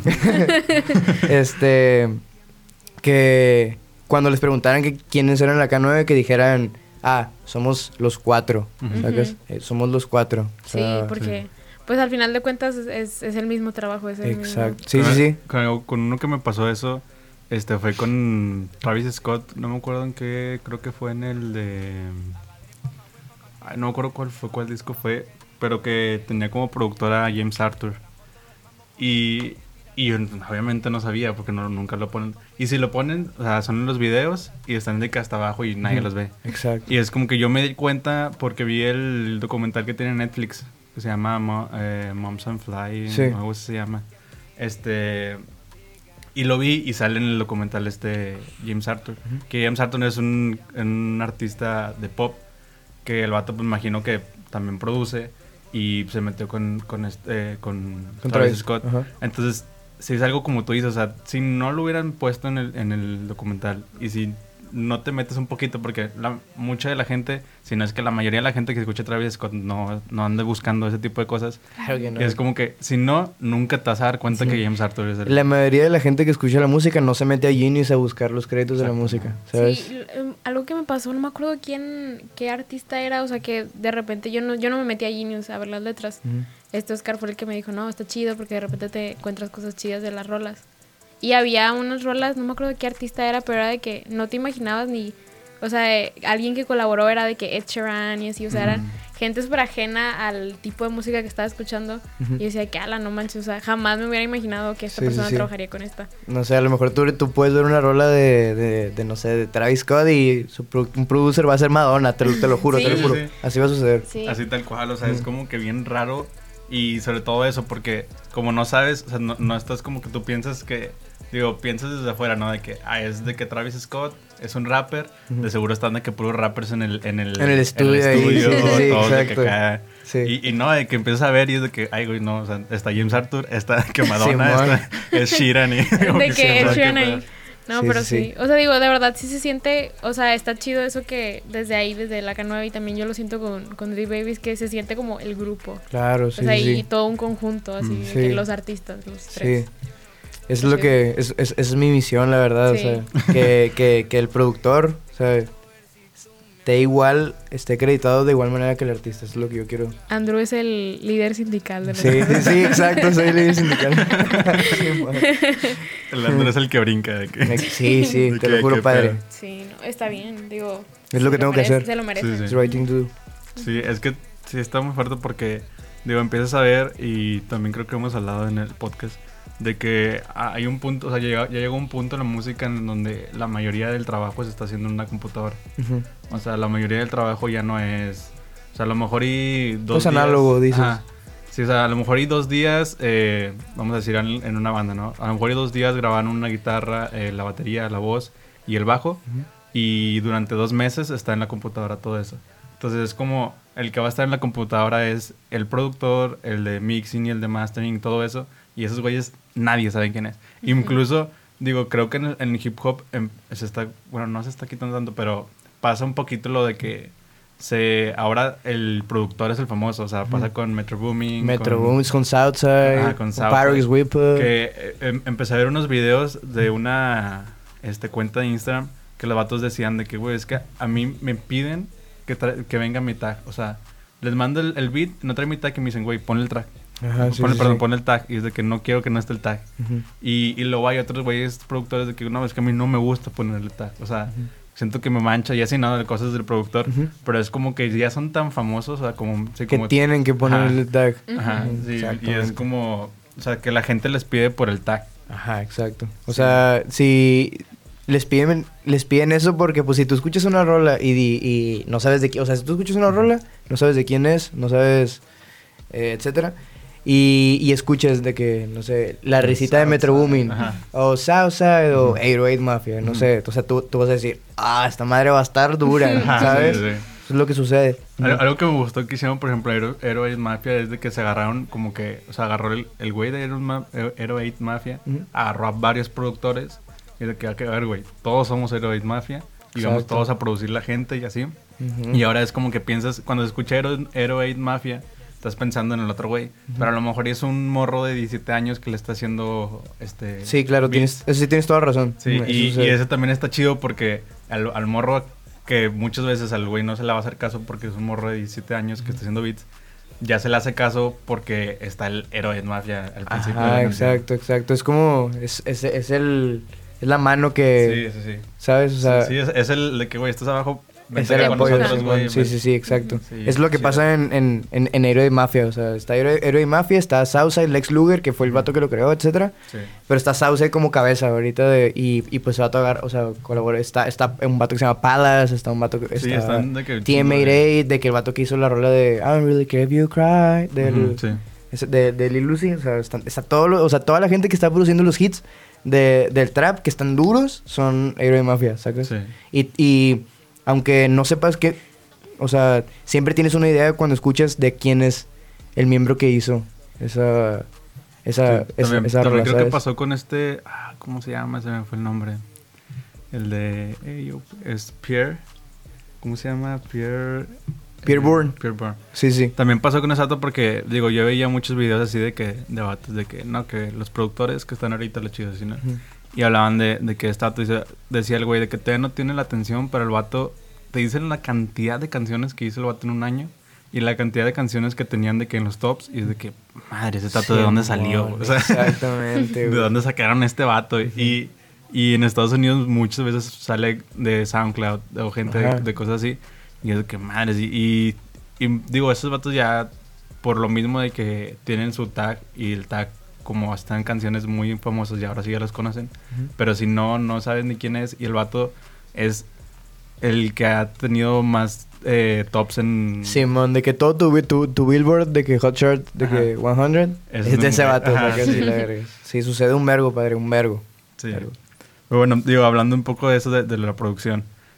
que cuando les preguntaran que quiénes eran la K9, que dijeran, somos los 4, ¿sabes? Somos los 4. O sea, sí, porque pues al final de cuentas es el mismo trabajo. Exacto, mismo. Sí. Con uno que me pasó eso, fue con Travis Scott, no me acuerdo en qué, creo que fue en el de... no me acuerdo cuál disco fue, pero que tenía como productora a James Arthur. Y obviamente no sabía porque nunca lo ponen. Y si lo ponen, o sea, son en los videos y están de que hasta abajo y nadie los ve. Exacto. Y es como que yo me di cuenta porque vi el documental que tiene Netflix, que se llama Moms and Fly, algo así se llama. Y lo vi y sale en el documental James Arthur. Que James Arthur es un artista de pop que el vato, pues, imagino que también produce y se metió con Travis Scott. Entonces, si es algo como tú dices, o sea, si no lo hubieran puesto en el documental y si no te metes un poquito, porque mucha de la gente, si no es que la mayoría de la gente que escucha Travis Scott no anda buscando ese tipo de cosas. Claro que no. Es como que, si no, nunca te vas a dar cuenta que James Arthur es La mayoría de la gente que escucha la música no se mete a Genius a buscar los créditos de la música, ¿sabes? Sí, algo que me pasó, no me acuerdo qué artista era, o sea, que de repente yo no me metí a Genius a ver las letras. Oscar fue el que me dijo, no, está chido porque de repente te encuentras cosas chidas de las rolas. Y había unas rolas, no me acuerdo de qué artista era, pero era de que no te imaginabas ni... O sea, alguien que colaboró era de que Ed Sheeran y así, o sea, eran gente súper ajena al tipo de música que estaba escuchando. Y yo decía que, no manches, o sea, jamás me hubiera imaginado que esta persona trabajaría con esta. No sé, a lo mejor tú puedes ver una rola de no sé, de Travis Scott y un producer va a ser Madonna, te lo juro, te lo juro. Sí. Así va a suceder. Sí. Así tal cual, o sea, es como que bien raro. Y sobre todo eso, porque como no sabes, o sea, no estás como que tú piensas desde afuera, ¿no? De que, es de que Travis Scott es un rapper, de seguro están de que puros rappers en el estudio, sí, todos de que acá. Sí. Y no, de que empiezas a ver y es de que, güey, no, o sea, está James Arthur, está que Madonna, es Sheeran y... de que es Sheeran ahí. No, pero sí. O sea, digo, de verdad sí se siente, o sea, está chido eso que desde ahí, desde la K9, y también yo lo siento con Dre Babies, que se siente como el grupo. Claro, sí, o sea, y todo un conjunto, así, que los artistas, los tres. Sí. Eso es lo que, es mi misión, la verdad, Sí. O sea, que el productor, o sea, esté acreditado de igual manera que el artista, eso es lo que yo quiero. Andrew es el líder sindical de los Sí, exacto, soy el líder sindical. El Andrew es el que brinca. De que, sí, te lo juro, padre. Sí, no, está bien, digo. Es lo que tengo que hacer. Se lo merece. It's the right thing to do. Sí, es que sí está muy fuerte porque, digo, empiezas a ver, y también creo que hemos hablado en el podcast, de que hay un punto, o sea, ya llegó un punto en la música en donde la mayoría del trabajo se está haciendo en una computadora. O sea, la mayoría del trabajo ya no es... O sea, a lo mejor y 2 días... Pues análogo, dices. Sí, o sea, a lo mejor y 2 días, vamos a decir en una banda, ¿no? A lo mejor y 2 días graban una guitarra, la batería, la voz y el bajo. Y durante 2 meses está en la computadora todo eso. Entonces es como el que va a estar en la computadora es el productor, el de mixing y el de mastering, todo eso. Y esos güeyes nadie sabe quién es. Incluso, digo, creo que en el hip hop no se está quitando tanto, pero pasa un poquito lo de que ahora el productor es el famoso. O sea, pasa con Metro Boomin. Con Southside, con Paris Whipper. Que empecé a ver unos videos de una cuenta de Instagram que los vatos decían de que, güey, es que a mí me piden que venga mi tag. O sea, les mando el beat, no trae mi tag y me dicen, güey, pon el track. Ajá, sí, Pon el tag. Y es de que no quiero que no esté el tag. Y luego hay otros güeyes productores de que, no, es que a mí no me gusta poner el tag. O sea, siento que me mancha y así, ¿no? De cosas del productor. Pero es como que ya son tan famosos, o sea, como... Sí, que como tienen que poner el tag. Ajá, sí. Y es como... O sea, que la gente les pide por el tag. Ajá, exacto. O sea, si les piden eso porque, pues, si tú escuchas una rola y no sabes de quién... O sea, si tú escuchas una rola, no sabes de quién es, no sabes... etcétera... Y escuchas de que, no sé, la risita de Metro Boomin, o Southside, o 808 Mafia, no sé. O sea, tú vas a decir, esta madre va a estar dura, ¿sabes? Sí. Eso es lo que sucede. Algo que me gustó que hicieron, por ejemplo, 808 Mafia, es de que se agarraron como que... O sea, agarró el güey de 808 Mafia, agarró a varios productores, y de que, a ver, güey, todos somos 808 Mafia, y vamos todos a producir la gente y así. Y ahora es como que piensas, cuando se escucha 808 Mafia... Estás pensando en el otro güey. Pero a lo mejor es un morro de 17 años que le está haciendo Sí, claro, tienes toda razón. Sí, y ese también está chido porque al morro que muchas veces al güey no se le va a hacer caso porque es un morro de 17 años que está haciendo beats, ya se le hace caso porque está el héroe de Mafia al principio. Ah, exacto. Es como... Es la mano que... Sí. ¿Sabes? O sea... Sí, es el de que, güey, estás abajo... Es el apoyo de güey. Sí, exacto. Es lo que pasa en Héroe de Mafia. O sea, está Héroe de Mafia, está Southside, Lex Luger, que fue el vato que lo creó, etcétera. Sí. Pero está Southside como cabeza ahorita y pues se va a tocar, o sea, colabora. Está un vato que se llama Palace, está un vato que... Sí, están de que... TM88, de que el vato que hizo la rola de I don't really care if you cry, de Lil Uzi. O sea, está todo o sea, toda la gente que está produciendo los hits del trap, que están duros, son Héroe de Mafia, ¿sabes? Sí. Y aunque no sepas qué... O sea, siempre tienes una idea cuando escuchas de quién es el miembro que hizo esa también rola, creo ¿sabes? que pasó con ¿cómo se llama? Se me fue el nombre. El de... es Pierre. ¿Cómo se llama? Pierre Bourne. Sí. También pasó con ese dato porque, digo, yo veía muchos videos así de debates de que, no, que los productores que están ahorita, los chidos, así, ¿no? Y hablaban de que este vato decía el güey de que todavía no tiene la atención, pero el vato te dicen la cantidad de canciones que hizo el vato en un año y la cantidad de canciones que tenían de que en los tops y es de que, madre, ese vato, ¿de dónde salió? O sea, exactamente. ¿De dónde sacaron este vato? Y en Estados Unidos muchas veces sale de SoundCloud o gente de cosas así y es de que, madre, y digo, esos vatos ya por lo mismo de que tienen su tag y el tag como están canciones muy famosas y ahora sí ya los conocen, pero si no sabes ni quién es y el vato es el que ha tenido más tops en... Simón, de que todo tu Billboard, de que Hot Chart, de que 100, es de ese vato. Sí, sucede un vergo, padre, un vergo. Sí. Pero bueno, digo, hablando un poco de eso de la producción,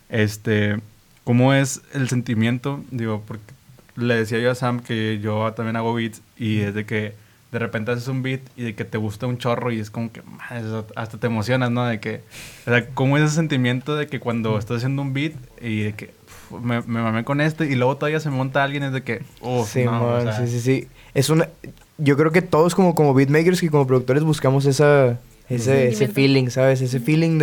¿cómo es el sentimiento? Digo, porque le decía yo a Sam que yo también hago beats y es de que de repente haces un beat y de que te gusta un chorro y es como que hasta te emocionas, ¿no? De que, o sea, ¿cómo es ese sentimiento de que cuando estás haciendo un beat y de que me mamé con y luego todavía se monta alguien es de que, sí, no, o sea, sí. Es yo creo que todos como beatmakers y como productores buscamos ese feeling, ¿sabes? Ese feeling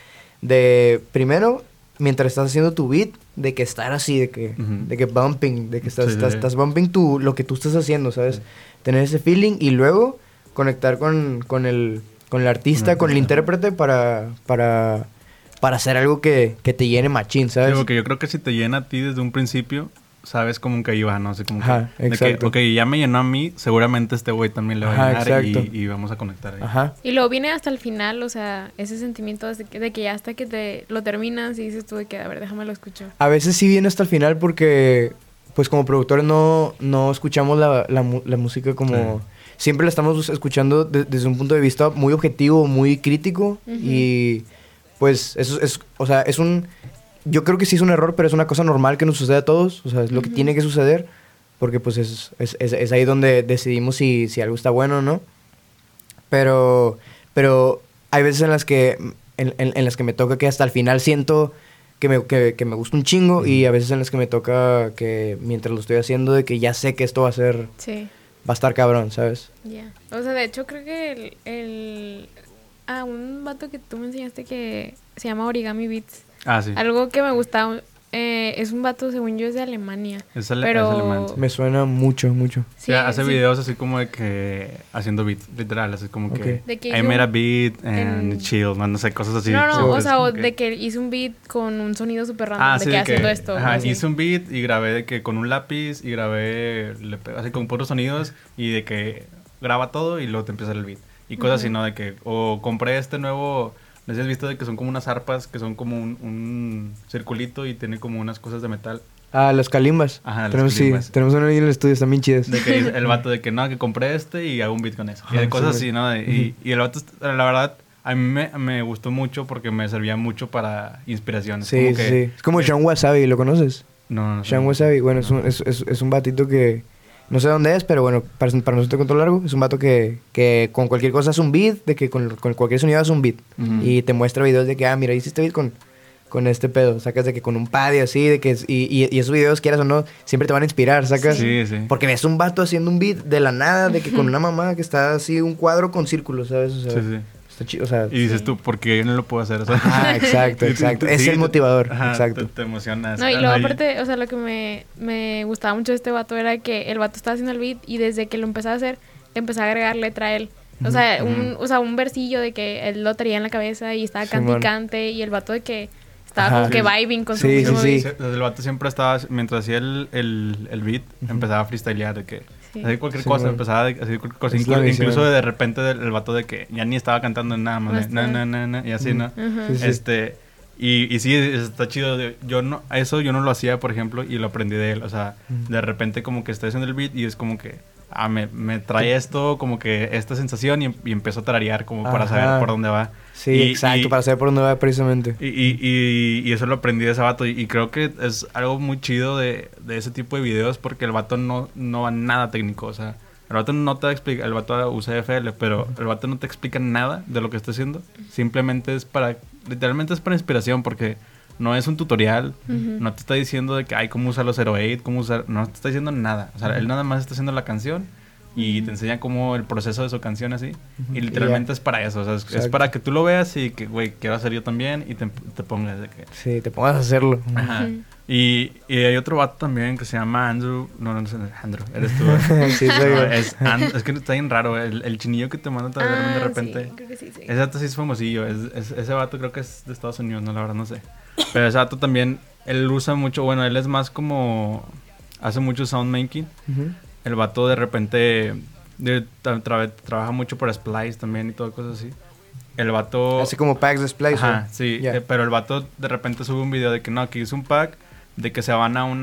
de primero, mientras estás haciendo tu beat, de que estar así, de que bumping, de que estás bumping lo que tú estás haciendo, ¿sabes? Sí. Tener ese feeling y luego conectar con el artista, con el intérprete para hacer algo que te llene machín, ¿sabes? Digo que yo creo que si te llena a ti desde un principio, sabes como que iba, ¿no? O sea, como exacto. De que, ya me llenó a mí, seguramente este güey también le va a llenar y vamos a conectar ahí. Ajá. Y luego viene hasta el final, o sea, ese sentimiento de que ya hasta que lo terminas y dices tú de que, a ver, déjame lo escucho. A veces sí viene hasta el final porque, pues como productores no escuchamos la música como... Sí. Siempre la estamos escuchando desde un punto de vista muy objetivo, muy crítico y pues eso o sea, yo creo que sí es un error, pero es una cosa normal que nos sucede a todos. O sea, es lo que tiene que suceder. Porque, pues, es ahí donde decidimos si algo está bueno o no. Pero hay veces en las que me toca que hasta el final siento que me gusta un chingo. Y a veces en las que me toca que mientras lo estoy haciendo, de que ya sé que esto va a ser... Sí. Va a estar cabrón, ¿sabes? Ya. O sea, de hecho, creo que a un vato que tú me enseñaste que se llama Origami Beats. Ah, sí. Algo que me gusta, es un vato, según yo, es de Alemania. Es pero... alemán. Sí. Me suena mucho, mucho. Sí, Hace sí. videos así como de que haciendo beats, literal, así como que De que I hizo made a un- beat and chill, no sé, cosas así. No, Sí, o sea, como o que- de que hizo un beat con un sonido súper random, Ah, de sí, que de haciendo que esto. ajá, así. hice un beat y grabé de que con un lápiz y grabé así con puros sonidos y de que graba todo y luego te empieza el beat. Y cosas así, ¿no? De que, o compré este nuevo, no sé si has visto de que son como unas arpas que son como un circulito y tiene como unas cosas de metal. Ah, las calimbas. Ajá, las tenemos, calimbas. Sí, tenemos una ahí en el estudio, están bien chidas. De que dice el vato de que no, que compré este y hago un beat con eso. Y de Ajá, cosas sí, así, ¿no? Y el vato, la verdad, a mí me gustó mucho porque me servía mucho para inspiración. Es Sí, como sí, que- sí. Es como Sean Wasabi, ¿lo conoces? No. Sean Wasabi, bueno, no. es un batito que... No sé dónde es, pero bueno, para nosotros te cuento largo. Es un vato que con cualquier cosa hace un beat, de que con cualquier sonido hace un beat. Ujú. Y te muestra videos de que, ah, mira, hice este beat con este pedo. Sacas de que con un pad y así, de que... Y esos videos, quieras o no, siempre te van a inspirar, sacas. Sí, sí. Porque ves un vato haciendo un beat de la nada, de que con una mamá que está así, un cuadro con círculos, ¿sabes? O sea, Sí, sí. está chido, o sea... Y dices Sí. tú, ¿por qué yo no lo puedo hacer? O sea, Ah, exacto, exacto. Es el motivador, ajá, exacto. Te emocionas. No, y Ajá, luego aparte, o sea, lo que me gustaba mucho de este vato era que el vato estaba haciendo el beat y desde que lo empezaba a hacer, le empezaba a agregar letra a él. O sea, un versillo de que él lo traía en la cabeza y estaba cante y Simón. cante y el vato de que estaba Ajá. como que Sí. vibing con su Sí, mismo sí, beat. El vato siempre estaba, mientras hacía el beat, empezaba a freestylear de que Sí. hacer cualquier Sí, cosa, bueno. empezaba a hacer cualquier cosa. Es la Incluso visión. de repente el vato de que ya ni estaba cantando nada más, No está. na, y así, ¿no? Ajá. Sí, sí. Y sí, está chido. Eso yo no lo hacía, por ejemplo, y lo aprendí de él. O sea, de repente como que estoy haciendo el beat y es como que, me trae esto, como que esta sensación y empiezo a tararear como para Ajá. saber por dónde va. Sí, Y- exacto, y- para saber por dónde va precisamente. y eso lo aprendí de ese vato. Y creo que es algo muy chido de ese tipo de videos porque el vato no va nada técnico. O sea, el vato no te explica, el vato usa FL, pero el vato no te explica nada de lo que está haciendo. Simplemente literalmente es para inspiración porque no es un tutorial, no te está diciendo de que, ay, cómo usar los 08, cómo usar, no te está diciendo nada. O sea, él nada más está haciendo la canción y te enseña como el proceso de su canción así. Y literalmente es para eso, o sea, es Exacto. para que tú lo veas y que, güey, quiero hacer yo también y te pongas de que... Sí, te pongas a hacerlo. Ajá. Ujú. Y hay otro vato también que se llama Andrew. No sé, Andrew, eres tú. Sí, soy No, yo. es que está bien raro. El chinillo que te manda de repente. Sí, creo que sí. Ese vato sí es famosillo. Ese vato creo que es de Estados Unidos, no, la verdad no sé. Pero ese vato también, él usa mucho. Bueno, él es más como. Hace mucho soundmaking. Ujú. El vato de repente. Trabaja mucho por Splice también y todo cosas así. El vato. Así como packs de splice. Ajá, ¿o? sí, Ya. pero el vato de repente sube un video de que no, que hizo un pack de que se van a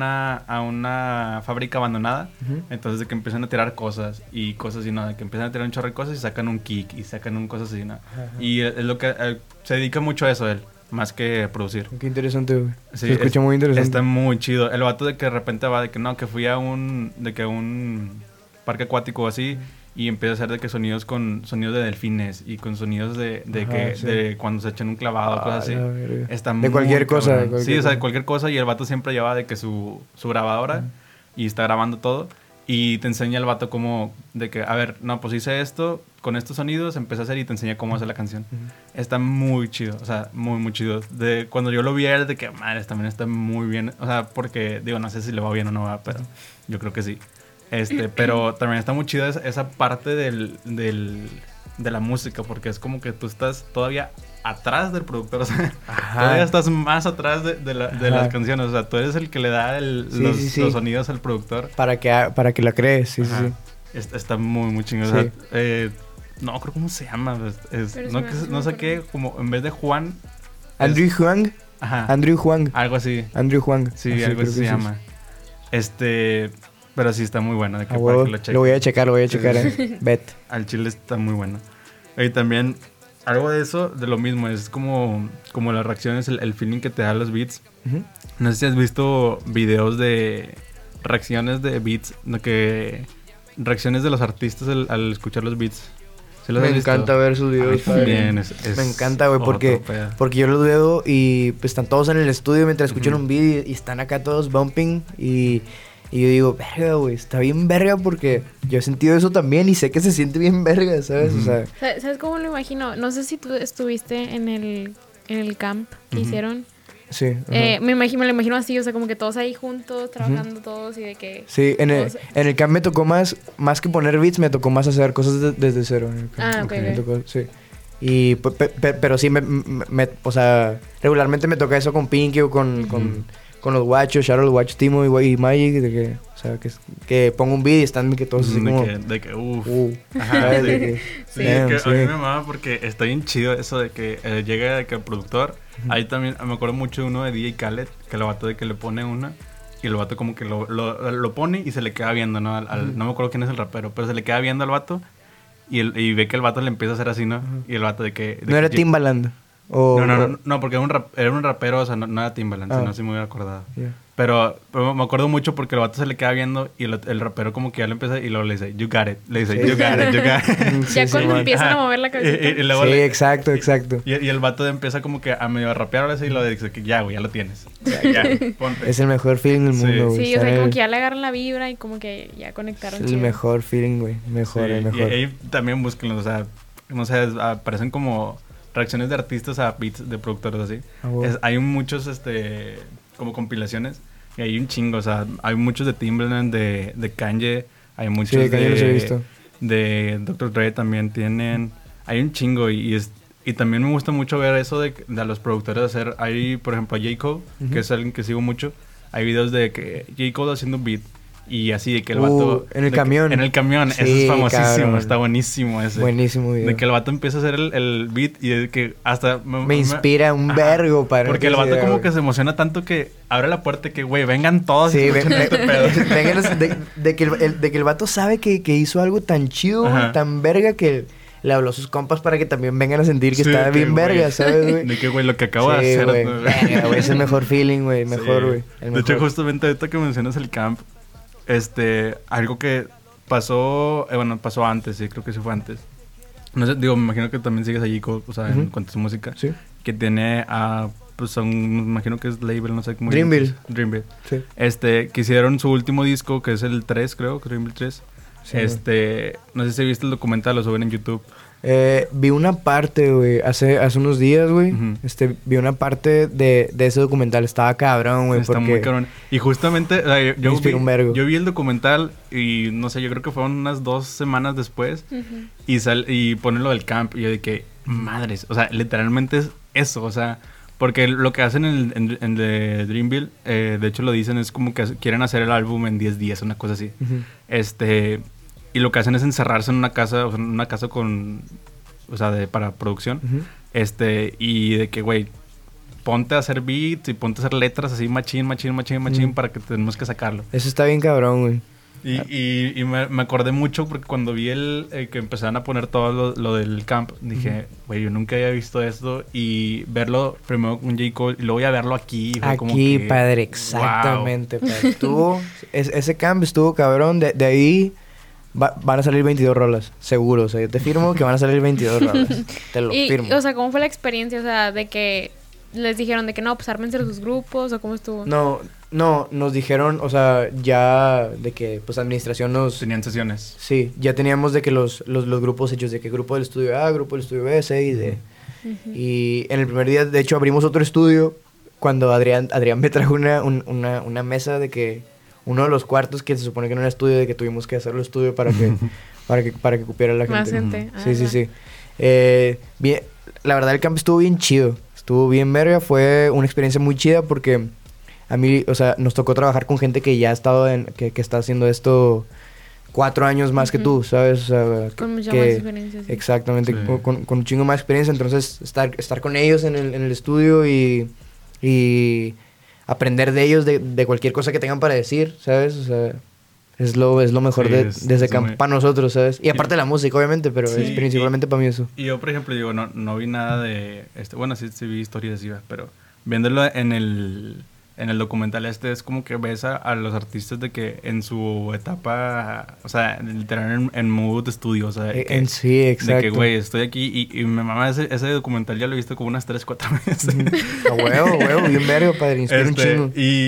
una fábrica abandonada, Ujú. entonces de que empiezan a tirar cosas y cosas así, ¿no? De que empiezan a tirar un chorro de cosas y sacan un kick y sacan un cosas así, ¿no? Ajá. Y es lo que se dedica mucho a eso él, más que a producir. Qué interesante, güey. Sí, Se escucha muy interesante. Está muy chido. El vato de que de repente va de que no, que fui a un parque acuático o así y empieza a hacer de que sonidos de delfines y con sonidos de Ajá, que sí. de cuando se echan un clavado, cosas así. la verga. Está De muy cualquier cosa, cabrón. cualquier Sí, o sea, de cosa. cualquier cosa y el vato siempre lleva de que su grabadora y está grabando todo y te enseña el vato como de que, a ver, no, pues hice esto con estos sonidos, empecé a hacer y te enseña cómo hacer la canción. Está muy chido, o sea, muy, muy chido. Cuando yo lo vi era de que, madre, también está muy bien. O sea, porque, digo, no sé si le va bien o no va, pero yo creo que sí. Pero también está muy chida esa parte de la música, porque es como que tú estás todavía atrás del productor, o sea, Ajá. todavía estás más atrás de Ajá. las canciones, o sea, tú eres el que le da Sí, los, sí, sí. los sonidos al productor. Para que la crees, sí, Ajá. sí, sí. Está muy, muy chingón. Sí. O sea, no creo cómo se llama. Pero No, sí me no sé acuerdo. qué, como en vez de Juan. Andrew Huang. Ajá. Andrew Huang. Algo así. Andrew Huang. Sí, Así algo creo así que se sí. llama. Pero sí está muy bueno. De que A para huevo. que lo cheques. Lo voy a checar, Sí, sí, Bet. Al chile está muy bueno. Y también, algo de eso, de lo mismo, es como las reacciones, el feeling que te da los beats. Ujú. No sé si has visto videos de reacciones de beats, reacciones de los artistas al escuchar los beats. ¿Sí los Me has visto? encanta ver sus A mí videos. padre. también, Me encanta, güey, otro pedo. porque yo los veo y pues están todos en el estudio mientras escuchan Ujú. un video y están acá todos bumping y Y yo digo, verga, güey, está bien verga porque yo he sentido eso también y sé que se siente bien verga, ¿sabes? O sea... ¿Sabes cómo lo imagino? No sé si tú estuviste en el camp que hicieron. Sí. Me lo imagino así, o sea, como que todos ahí juntos, trabajando todos y de que... Sí, en el camp me tocó más que poner beats, me tocó más hacer cosas desde cero. Ok. Me tocó, sí. Y, pero sí, o sea, regularmente me toca eso con Pinky o con los guachos, Shadow, los guachos, Timo y Magic, de que, o sea, que pongo un beat y están que todos así como... Ajá, de que, sí, damn, que sí. A mí me amaba porque está bien chido eso de que llega de que el productor, ahí también me acuerdo mucho de uno de DJ Khaled, que el vato de que le pone una y el vato como que lo pone y se le queda viendo, ¿no? No me acuerdo quién es el rapero, pero se le queda viendo al vato y ve que el vato le empieza a hacer así, ¿no? Y el vato de que... ¿No era Timbaland? No, porque era un rapero, o sea, no era Timbaland, si no se me hubiera acordado. Yeah. Pero me acuerdo mucho porque el vato se le queda viendo y el rapero como que ya lo empieza y luego le dice, you got it. Le dice, you got it. Ya cuando empiezan a mover la cabeza. Y luego exacto. Y el vato empieza como que a medio rapear y lo dice que ya, güey, ya lo tienes. Ya, ponte. Es el mejor feeling del mundo, güey. Sí, o sea, como que ya le agarran la vibra y como que ya conectaron. Es el mejor feeling, güey. El mejor. Y ahí también búsquenlo, o sea, no sé, aparecen como... reacciones de artistas a beats de productores así. Hay muchos como compilaciones y hay un chingo, o sea, hay muchos de Timbaland, de Kanye, hay muchos de Kanye los he visto. De Dr. Dre también tienen, hay un chingo y también me gusta mucho ver eso de a los productores hacer, hay por ejemplo a J. Cole, que es alguien que sigo mucho, hay videos de que J. Cole haciendo un beat y así de que el vato... En el camión. En el camión, sí, eso es famosísimo, cabrón. Está buenísimo ese. Buenísimo video. De que el vato empieza a hacer el beat y de que hasta... Me inspira un vergo para... Porque el vato video, como que se emociona tanto que abre la puerta y que, güey, vengan todos sí, y escuchen este pedo. de que el vato sabe que hizo algo tan chido, tan verga que... Le habló a sus compas para que también vengan a sentir que está bien verga, ¿sabes, güey? De que, güey, lo que acabo de hacer... Güey, es el mejor feeling, güey. Mejor, güey. De hecho, justamente ahorita que mencionas el camp... algo que pasó, pasó antes, sí, creo que sí fue antes. No sé, digo, me imagino que también sigues allí, o sea, en cuanto a su música. Sí. Que tiene pues me imagino que es label, no sé cómo. Dreamville. Sí. Que hicieron su último disco, que es el 3, creo, Dreamville 3. Sí, no sé si viste el documental, lo suben en YouTube. Vi una parte, güey, hace unos días, güey. Vi una parte de ese documental. Estaba cabrón, güey. Está muy cabrón. Y justamente, yo vi el documental y no sé, yo creo que fueron unas 2 semanas después. Y ponen lo del camp. Y yo de que, madres, o sea, literalmente es eso, o sea, porque lo que hacen en The Dreamville, de hecho lo dicen, es como que quieren hacer el álbum en 10 días, una cosa así. Y lo que hacen es encerrarse en una casa, o sea, en una casa con... O sea, para producción. Y de que, güey, ponte a hacer beats y ponte a hacer letras así, machín, para que tenemos que sacarlo. Eso está bien cabrón, güey. Y me acordé mucho porque cuando vi que empezaron a poner todo lo del camp, dije, güey, yo nunca había visto esto. Y verlo primero con J. Cole y luego ya verlo aquí. Aquí, como que, padre, exactamente, wow. Padre. Ese camp estuvo cabrón. De ahí... van a salir 22 rolas, seguro. O sea, yo te firmo que van a salir 22 rolas. Te lo firmo. O sea, ¿cómo fue la experiencia? O sea, de que les dijeron de que no, pues ármense sus grupos, o cómo estuvo. No, nos dijeron, o sea, ya de que, pues, administración nos... Tenían sesiones. Sí, ya teníamos de que los grupos hechos, de que grupo del estudio A, grupo del estudio B, C y D. Y en el primer día, de hecho, abrimos otro estudio cuando Adrián me trajo una mesa de que... Uno de los cuartos que se supone que no era estudio, de que tuvimos que hacerlo estudio para que cupiera la gente. Más gente. Sí. Bien, la verdad el camp estuvo bien chido. Estuvo bien verga. Fue una experiencia muy chida porque a mí, o sea, nos tocó trabajar con gente que ya ha estado que está haciendo esto 4 años más que tú, ¿sabes? O sea, con mucha más experiencia. Sí. Exactamente, sí. Con un chingo más experiencia. Entonces, estar con ellos en el estudio y aprender de ellos de cualquier cosa que tengan para decir, ¿sabes? O sea, es lo mejor de ese campo para nosotros, ¿sabes? Y aparte de la música, obviamente, pero es principalmente para mí eso. Y yo, por ejemplo, digo, no vi nada de... Bueno, sí vi historias así, pero viéndolo en el documental es como que ves a los artistas de que en su etapa, o sea, literal en mood de estudio, o sea, sí, exacto. De que, güey, estoy aquí y me mama ese documental, ya lo he visto como unas 3-4 veces. A huevo, bien vergo, padre, inspira un chingo. Y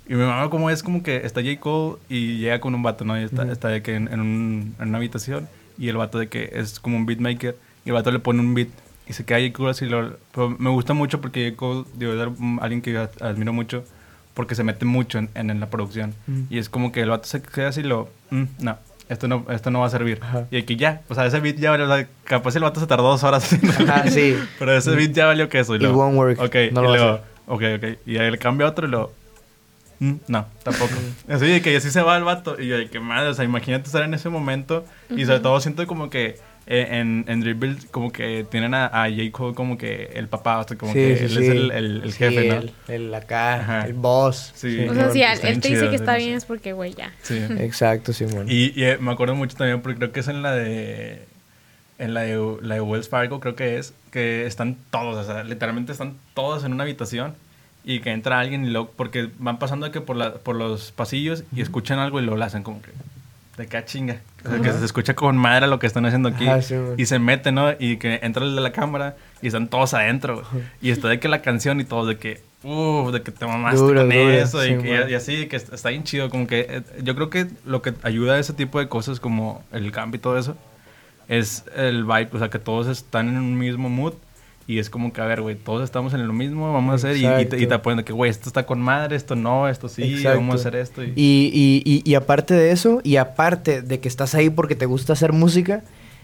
Y mi mamá como es como que está J. Cole y llega con un vato, ¿no? Y está de que en una habitación y el vato de que es como un beatmaker y el vato le pone un beat y se queda J. Cole así. Pero me gusta mucho porque J. Cole, digo, es alguien que yo admiro mucho porque se mete mucho en la producción. Y es como que el vato se queda así y no. Esto no va a servir. Ajá. Y aquí ya, o sea, ese beat ya valió, o sea, capaz el vato se tardó 2 horas haciendo Ajá, sí. Pero ese beat ya valió que eso. Y It won't work. Ok, no y luego, ok. Y ahí le cambia otro y luego, no, tampoco. Así de que así se va el vato. Y yo, de que madre, o sea, imagínate estar en ese momento. Y sobre todo siento como que en Dribble como que tienen a J. Cole como que el papá, o sea, como que él es el jefe, ¿no? El acá, el boss. Sí. O sea, si él te dice que está bien es porque, güey, ya. Sí. Exacto, sí, bueno. Y me acuerdo mucho también porque creo que es en la de Wells Fargo, creo que es, que están todos, o sea, literalmente están todos en una habitación y que entra alguien y luego, porque van pasando de que por los pasillos y escuchan algo y lo hacen como que de qué chinga. O sea, que se escucha con madre lo que están haciendo aquí. Sí, y se mete, ¿no? Y que entra el de la cámara y están todos adentro. Y está de que la canción y todo, de que te mamaste con eso. Sí, y así, que está bien chido. Como que yo creo que lo que ayuda a ese tipo de cosas, como el camp y todo eso, es el vibe. O sea, que todos están en un mismo mood. Y es como que, a ver, güey, todos estamos en lo mismo, vamos a hacer. Y te apoyan de que, güey, esto está con madre, esto no, esto sí, vamos a hacer esto. Y aparte de eso, y aparte de que estás ahí porque te gusta hacer música,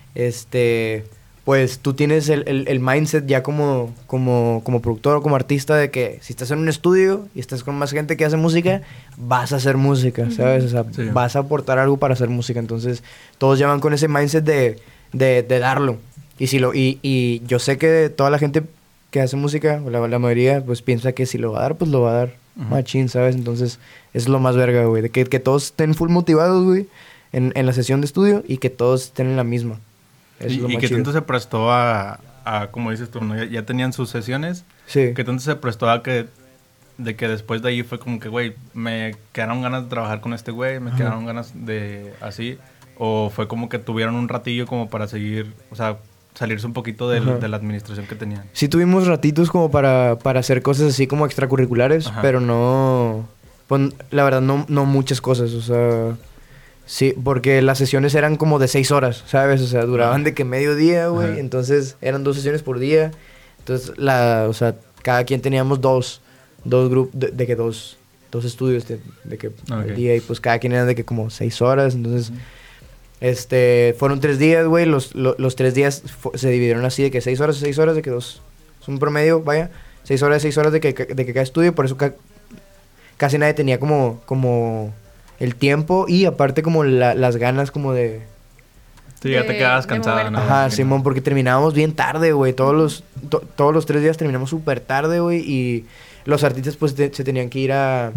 pues tú tienes el mindset ya como productor o como artista de que si estás en un estudio y estás con más gente que hace música, vas a hacer música, ¿sabes? O sea, vas a aportar algo para hacer música. Entonces, todos ya van con ese mindset de darlo. Y yo sé que toda la gente que hace música, la mayoría, pues piensa que si lo va a dar, pues lo va a dar machín, ¿sabes? Entonces, es lo más verga, güey. De que todos estén full motivados, güey, en la sesión de estudio y que todos estén en la misma. Y que tanto se prestó a como dices tú, ¿no? Ya tenían sus sesiones. Sí. Que tanto se prestó a que después de ahí fue como que, güey, me quedaron ganas de trabajar con este güey, me quedaron ganas de así. O fue como que tuvieron un ratillo como para seguir, o sea, salirse un poquito de la administración que tenían. Sí tuvimos ratitos como para hacer cosas así como extracurriculares, pero no... Pues, la verdad, no muchas cosas, o sea... Sí, porque las sesiones eran como de 6 horas, ¿sabes? O sea, duraban de que medio día, güey. Entonces, eran 2 sesiones por día. Entonces, o sea, cada quien teníamos dos grupos, de que dos estudios de que al día. Y pues cada quien era de que como 6 horas, entonces... fueron 3 días, güey. Los 3 días se dividieron así de que 6 horas, de que 2. Es un promedio, vaya. 6 horas de que cada estudio. Por eso casi nadie tenía como el tiempo y aparte como las ganas como de... Sí, ya te quedabas cansado, ¿no? Ajá, Simón, porque terminábamos bien tarde, güey. Todos los 3 días terminamos súper tarde, güey. Y los artistas pues se tenían que ir a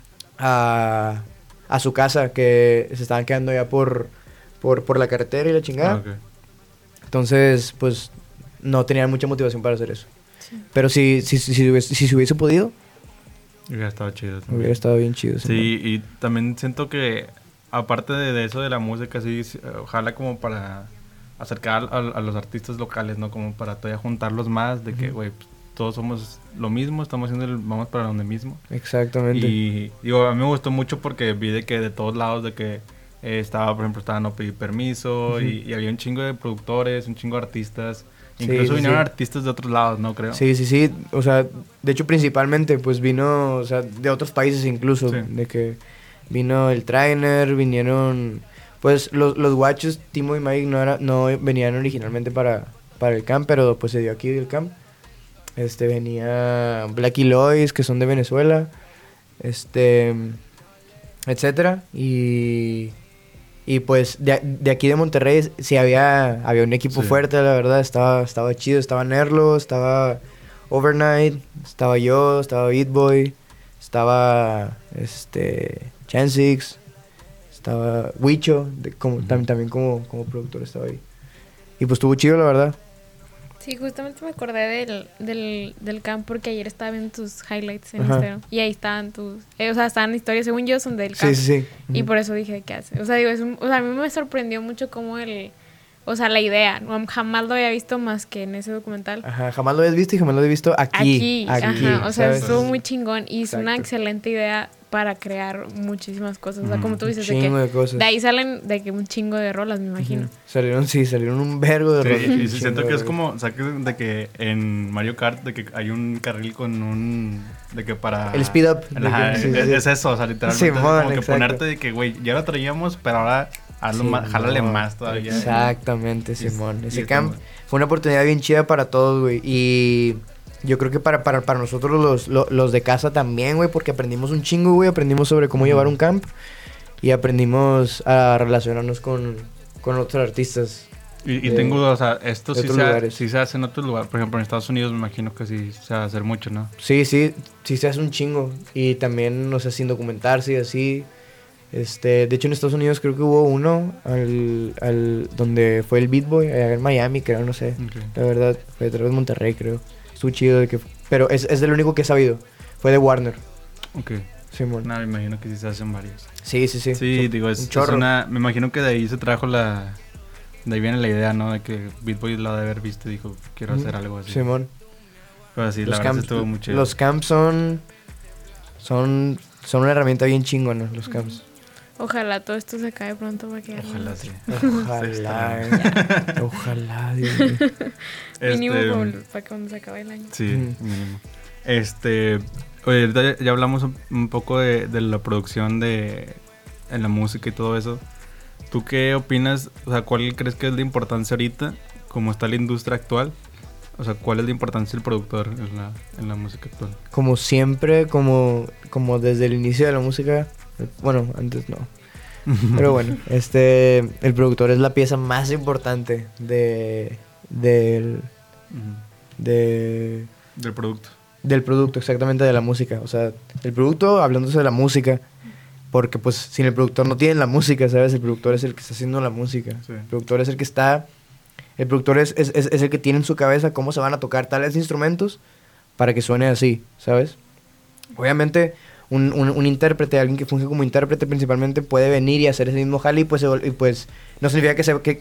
su casa, que se estaban quedando ya por la carretera y la chingada. Entonces, pues, no tenían mucha motivación para hacer eso. Sí. Pero si se hubiese podido... Hubiera estado chido. También. Hubiera estado bien chido. Sí, y también siento que, aparte de eso de la música, sí, ojalá como para acercar a los artistas locales, ¿no? Como para todavía juntarlos más, de que, güey, pues, todos somos lo mismo, estamos haciendo vamos para donde mismo. Exactamente. Y digo, a mí me gustó mucho porque vi de que de todos lados, de que por ejemplo, No Pedí Permiso, y había un chingo de productores, un chingo de artistas. Incluso vinieron artistas de otros lados, ¿no? Creo. Sí. O sea, de hecho, principalmente, pues vino, o sea, de otros países incluso. Sí. De que vino el Trainer, vinieron... Pues los guachos, Timo y Mike, no venían originalmente para el camp, pero pues se dio aquí el camp. Venía Blacky Lois, que son de Venezuela. Etcétera. Y pues de aquí de Monterrey sí había un equipo fuerte, la verdad. Estaba chido. Estaba Nerlo, estaba Overnight, estaba yo, estaba Beatboy, estaba Chansix, estaba Wicho, también como productor estaba ahí. Y pues estuvo chido, la verdad. Sí, justamente me acordé del camp porque ayer estaba viendo tus highlights en Instagram. Y ahí estaban tus... o sea, estaban historias, según yo, son del camp. Sí. Y por eso dije, ¿qué hace? O sea, digo, a mí me sorprendió mucho cómo o sea, la idea. No, jamás lo había visto más que en ese documental. Ajá, jamás lo habías visto y jamás lo he visto aquí. Ajá, o sea, ¿sabes? estuvo muy chingón y es una Exacto. excelente idea para crear muchísimas cosas. O sea, como tú dices, Chingo de cosas. de ahí salen de que un chingo de rolas, me imagino. Salieron un vergo de rolas. Sí, y Un siento chingo que de es como, ¿sabes? De que en Mario Kart, de que hay un carril con un... De que para... El speed up. Ajá, Sí, es eso, o sea, literalmente. Simón, como que exacto. ponerte de que, güey, ya lo traíamos, pero ahora hazlo más, jálale más todavía. Exactamente, Y- Simón. y Ese está camp muy- fue una oportunidad bien chida para todos, güey. Y yo creo que para nosotros los de casa también, güey, porque aprendimos un chingo, güey. Aprendimos sobre cómo llevar un camp y aprendimos a relacionarnos con otros artistas. Y tengo dudas, o sea, esto de sí otros lugares. sí se hace en otros lugares. Por ejemplo, en Estados Unidos me imagino que sí se va a hacer mucho, ¿no? Sí se hace un chingo. Y también, o sea, sin documentarse y así. De hecho, en Estados Unidos creo que hubo uno donde fue el Beat Boy, allá en Miami, creo, no sé. Okay. La verdad, fue detrás de Monterrey, creo. Estuvo chido pero es del único que he sabido. Fue de Warner, Ok. Simón. No, me imagino que sí se hacen varios. Sí. Sí, Son digo, un es chorro. una... Me imagino que de ahí se trajo la... De ahí viene la idea, ¿no? De que Beat Boy la de haber visto y dijo, quiero hacer algo así. Simón. Pero sí, la Los verdad sí camps, estuvo muy chido. los camps son una herramienta bien chingona, los camps. Ojalá todo esto se acabe pronto para que Ojalá sí. Ojalá, ojalá, Dios mío. mínimo Este, para cuando se acabe el año. Sí, Ujú. mínimo. Oye, ahorita ya hablamos un poco de la producción en la música y todo eso. ¿Tú qué opinas? O sea, ¿cuál crees que es la importancia ahorita? ¿Cómo está la industria actual? O sea, ¿cuál es la importancia del productor en la música actual? Como siempre, como desde el inicio de la música, bueno, antes no. Pero bueno, el productor es la pieza más importante del Producto. del producto, exactamente, de la música. O sea, el producto, hablándose de la música, porque pues sin el productor no tienen la música, ¿sabes? El productor es el que está haciendo la música. Sí. El productor es el que está... El productor es el que tiene en su cabeza cómo se van a tocar tales instrumentos para que suene así, ¿sabes? Obviamente, un intérprete, alguien que funge como intérprete principalmente, puede venir y hacer ese mismo jale y pues no significa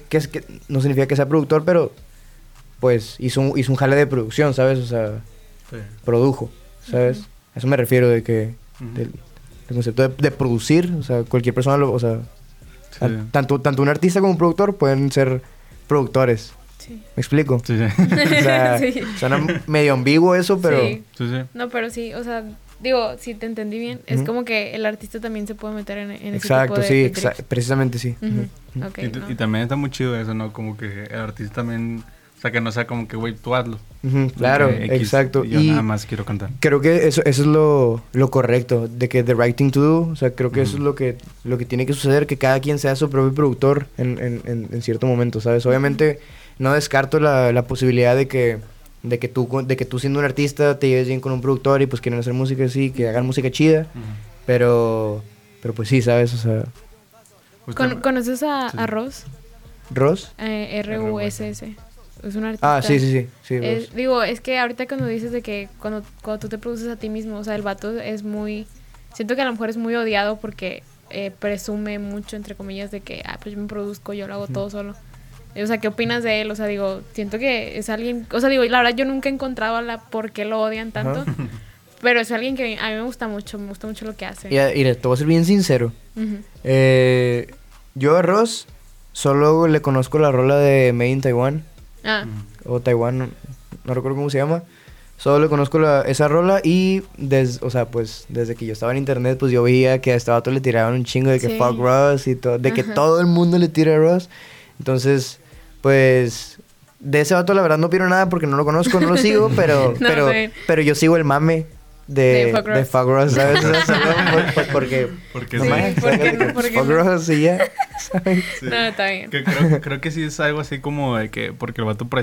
no significa que sea productor, pero pues hizo un jale de producción, ¿sabes? O sea, Sí. produjo, ¿sabes? A eso me refiero de que del concepto de producir, o sea, cualquier persona, o sea, Sí. tanto un artista como un productor pueden ser productores. Sí. ¿Me explico? Sí, sí. O sea, Sí. suena medio ambiguo eso, pero... Sí. Sí, sí. No, pero sí, o sea, digo, si te entendí bien, es Ujú. como que el artista también se puede meter en ese Exacto, tipo de, sí, de trips. precisamente sí. Ujú. Ujú. Ok, Y, no. y también está muy chido eso, ¿no? Como que el artista también... O sea, que no sea como que, güey, tú hazlo. Ujú, claro, X, exacto. Y yo Y nada más quiero cantar. creo que eso es lo correcto, de que the right thing to do, o sea, creo que eso es lo que tiene que suceder, que cada quien sea su propio productor en cierto momento, ¿sabes? Obviamente no descarto la posibilidad de que tú siendo un artista te lleves bien con un productor y pues quieren hacer música así, que hagan música chida, pero pues sí, ¿sabes? O sea, ¿Conoces a Sí. Ross? ¿Ross? R-U-S-S. Es un artista. Ah, sí, Ross. Digo, es que ahorita cuando dices de que cuando tú te produces a ti mismo, o sea, el vato es muy... Siento que a lo mejor es muy odiado porque presume mucho, entre comillas, de que, pues yo me produzco, yo lo hago todo solo. O sea, ¿qué opinas de él? O sea, digo, siento que es alguien... O sea, digo, la verdad yo nunca he encontrado por qué lo odian tanto. Ajá. Pero es alguien que a mí me gusta mucho lo que hace. Mira, te voy a ser bien sincero. Ujú. Yo a Ross solo le conozco la rola de Made in Taiwan. Ah, O Taiwán, no recuerdo cómo se llama. Solo le conozco esa rola y desde que yo estaba en internet, pues yo veía que a este vato le tiraban un chingo de que Sí. fuck Ross y todo, de que Ajá. todo el mundo le tira a Ross. Entonces, pues de ese vato la verdad no opino nada porque no lo conozco, no lo sigo, pero No, está bien. pero yo sigo el mame De Fuck Ross. de fuck Ross, ¿sabes? O sea, solo porque Porque Sí, nomás, ¿por qué ¿sabes? De no? que ¿Por qué fuck no? Ross y ya, ¿sabes? Sí. no, está bien. Que creo que sí es algo así como de que... Porque el vato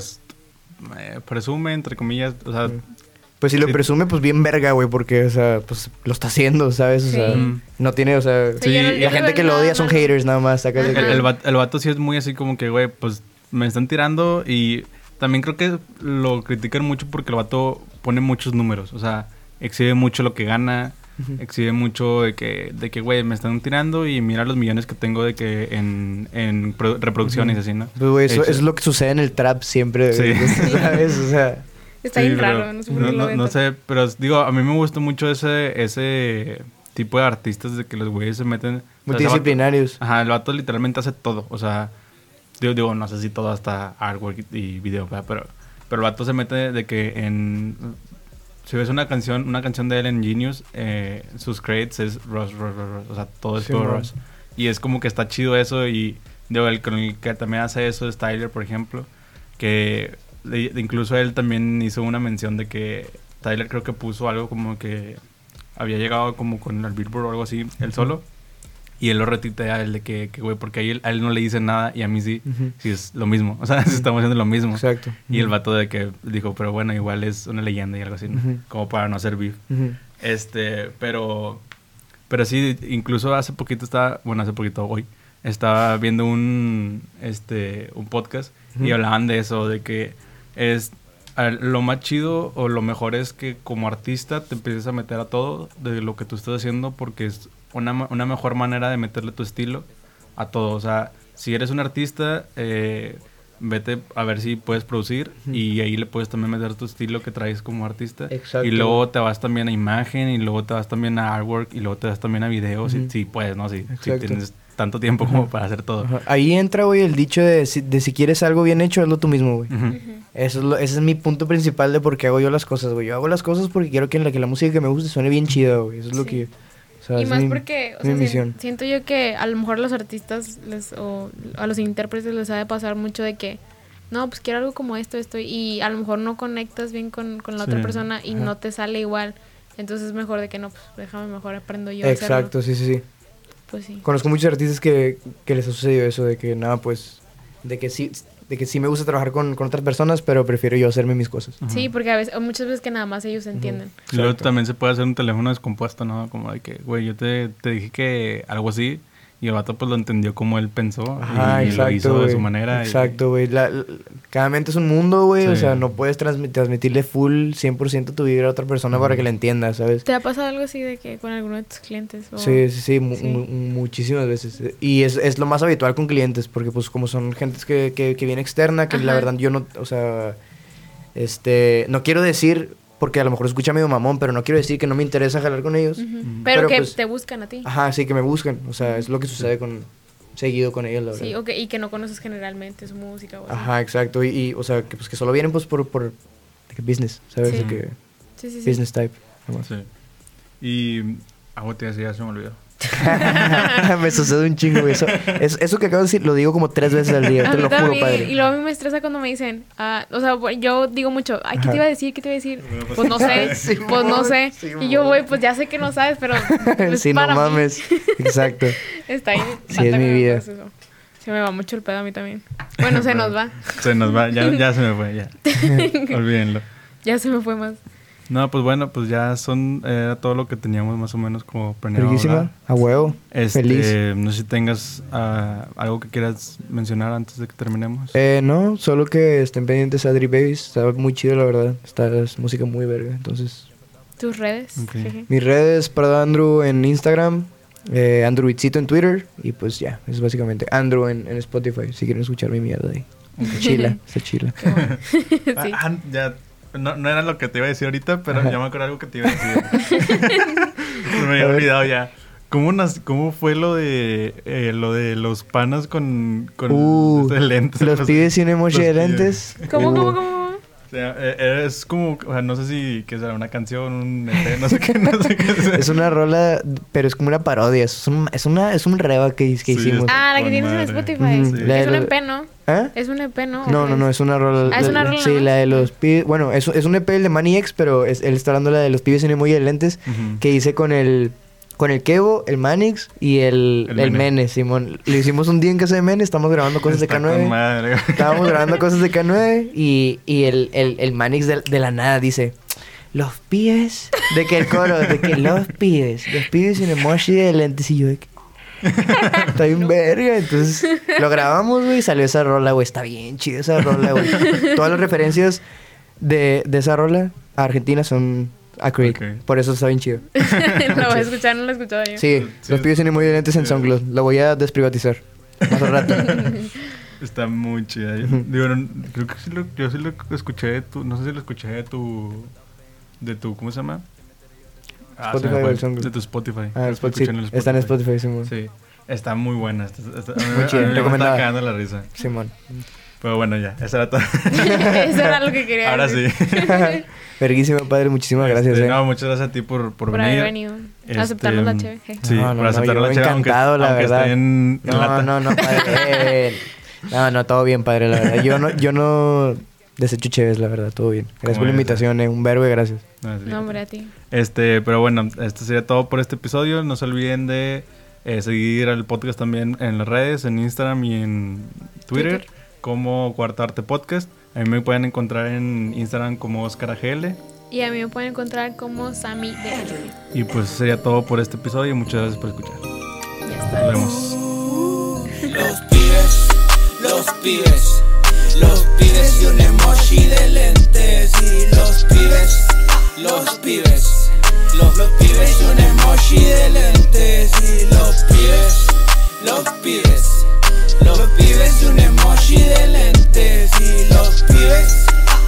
presume, entre comillas, o sea... Pues si lo Sí. presume, pues bien verga, güey, porque, o sea, pues lo está haciendo, ¿sabes? O Sí. sea, no tiene, o sea... Sí, yo no- y yo la no gente veo que lo nada odia son malo. haters nada más, sacas de Ajá. que... El vato sí es muy así como que, güey, pues me están tirando y también creo que lo critican mucho porque el vato pone muchos números, o sea, exhibe mucho lo que gana, exhibe mucho de que, güey, me están tirando y mira los millones que tengo de que en reproducciones así, ¿no? Pues, güey, eso es lo que sucede en el trap siempre, sí. ¿Sabes? O sea... Está bien raro, no sé por qué lo no sé, pero digo, a mí me gusta mucho ese tipo de artistas de que los güeyes se meten... Multidisciplinarios. Ajá, el vato literalmente hace todo, o sea, digo, no sé si todo hasta artwork y video, pero el vato se mete de que si ves una canción de él en Genius, sus credits es Rush, o sea, todo es todo Rush. Y es como que está chido eso y digo, el que también hace eso es Tyler, por ejemplo, que incluso él también hizo una mención de que Tyler creo que puso algo como que había llegado como con el Billboard o algo así, él solo. Y él lo retuitea, el de que güey, porque a él no le dice nada y a mí sí, sí es lo mismo. O sea, estamos haciendo lo mismo. Exacto. Y el vato de que dijo, pero bueno, igual es una leyenda y algo así, ¿no? Como para no hacer beef. Pero sí, incluso hace poquito hoy, estaba viendo un podcast y hablaban de eso, de que lo más chido o lo mejor es que como artista te empieces a meter a todo de lo que tú estás haciendo porque es una mejor manera de meterle tu estilo a todo. O sea, si eres un artista, vete a ver si puedes producir y ahí le puedes también meter tu estilo que traes como artista. Exacto. Y luego te vas también a imagen y luego te vas también a artwork y luego te vas también a videos. Si puedes, ¿no? Si tienes tanto tiempo como para hacer todo. Ahí entra, güey, el dicho de si quieres algo bien hecho, hazlo tú mismo, güey. Ese es mi punto principal de por qué hago yo las cosas, güey. Yo hago las cosas porque quiero que la música que me guste suene bien chida, güey. Eso es lo que... O sea, y más porque, o sea, misión. Siento yo que a lo mejor a los artistas o a los intérpretes les ha de pasar mucho de que, no, pues quiero algo como esto, y a lo mejor no conectas bien con la otra persona y no te sale igual. Entonces es mejor de que no, pues déjame mejor aprendo yo a hacerlo. Exacto, sí. Pues sí. Conozco muchos artistas que les ha sucedido eso, de que nada, pues, de que sí me gusta trabajar con otras personas, pero prefiero yo hacerme mis cosas. Sí, porque muchas veces que nada más ellos entienden. Y luego también se puede hacer un teléfono descompuesto, ¿no? Como de que, güey, yo te dije que algo así y el vato pues lo entendió como él pensó. Ajá, y exacto, lo hizo wey. de su manera. Exacto, güey. Cada mente es un mundo, güey. Sí. O sea, no puedes transmitirle full 100% tu vida a otra persona para que la entienda, ¿sabes? ¿Te ha pasado algo así de que con alguno de tus clientes? O... Sí. Muchísimas veces. Y es lo más habitual con clientes, porque pues como son gentes que viene externa, que la verdad yo no, o sea, no quiero decir, porque a lo mejor escucha medio mamón, pero no quiero decir que no me interesa jalar con ellos. Pero que pues, te buscan a ti. Ajá, sí, que me buscan. O sea, es lo que sucede seguido con ellos, la verdad. Sí, okay, y que no conoces generalmente su música o así. Ajá, exacto. Y o sea, que solo vienen pues por business, ¿sabes? Sí. De que Sí. business type. Sí. Y algo te decía, se me olvidó. Me sucede un chingo eso. Eso que acabo de decir lo digo como 3 veces al día, te lo juro, padre. Y luego a mí me estresa cuando me dicen, o sea, yo digo mucho, ay, ¿qué te iba a decir? Pues no sé, no sé. Y yo voy, pues ya sé que no sabes, pero pues sí, no para mames. Exacto. Está ahí. Sí, es mi vida. Se me va mucho el pedo a mí también. Bueno, se nos va. Se nos va, ya se me fue, ya. Olvídenlo. Ya se me fue más. No, pues bueno, pues ya era todo lo que teníamos más o menos como planeado. Riquísima, a huevo, feliz. No sé si tengas algo que quieras mencionar antes de que terminemos. No, solo que estén pendientes a Adri Babies, está muy chido la verdad, es música muy verga, entonces... ¿Tus redes? Okay. Mis redes, Prado Andrew en Instagram, Andrew Itzito en Twitter, y pues ya, es básicamente Andrew en Spotify, si quieren escuchar mi mierda ahí. Okay. Está chila. Sí. Ya... No era lo que te iba a decir ahorita, pero ya me acuerdo algo que te iba a decir. Me había olvidado ya. ¿Cómo fue lo de los panas con lentes? Los pibes sin emoji de lentes. ¿Cómo? O sea, es como, o sea, no sé si que será una canción, un EP, no sé qué sea. Es una rola, pero es como una parodia. Es un reba que hicimos. Ah, la que tienes en Spotify. Sí. Es un EP, ¿no? ¿Ah? Es un EP, ¿no? No, es una rola. Es una rola. Sí, la de los pibes. Bueno, es un EP el de Manny X, pero él está hablando la de los pibes sin emoji de lentes, que hice con el Kevo, el Manix y el Mene, Simón. Lo hicimos un día en casa de Mene, estamos grabando cosas de K9. Estábamos grabando cosas de K9 y el Manix de la nada dice, los pibes, de que el coro, de que los pibes sin emoji de lentes, y yo de que... Está bien verga. Entonces lo grabamos, güey, y salió esa rola, güey. Está bien chida esa rola, güey. Todas las referencias de esa rola a Argentina son Acrylic. Ok. Por eso está bien chido. Lo voy a escuchar, no lo he escuchado yo. Sí, Sí. Los Pibes Son Muy Violentos en SoundCloud. Lo voy a desprivatizar. Más al rato. Está muy chida. Digo, creo que yo sí lo escuché de tu... No sé si lo escuché de tu... ¿Cómo se llama? Spotify se me o fue. el SoundCloud. De tu Spotify. Ah, Lo escuché en el está en Spotify, Simón. Sí. Está muy buena. Muy chida, a mí me recomendada. está cagando la risa. Simón. Pero bueno, ya. Eso era todo. Eso era lo que quería Ahora decir. sí. Verguísimo, padre. Muchísimas gracias, No, muchas gracias a ti por Por venir. haber venido. Aceptarnos la cheve. Sí, No, por aceptar yo la cheve. encantado, la aunque verdad. esté en lata. No, padre. No, todo bien, padre, la verdad. Yo no desecho cheves, la verdad, todo bien. Gracias por la invitación, un verbo y gracias. Ah, sí. No, hombre, a ti. Pero bueno, esto sería todo por este episodio. No se olviden de seguir al podcast también en las redes, en Instagram y en Twitter, como Cuarta Arte Podcast. A mí me pueden encontrar en Instagram como Oscar AGL. Y a mí me pueden encontrar como Sammy de Alfe. Y pues eso sería todo por este episodio. Muchas gracias por escuchar. Ya está. Nos vemos. Los pibes y un emoji de lentes. Y los pibes y un emoji de lentes. Y los pibes y un emoji de lentes. Y los pibes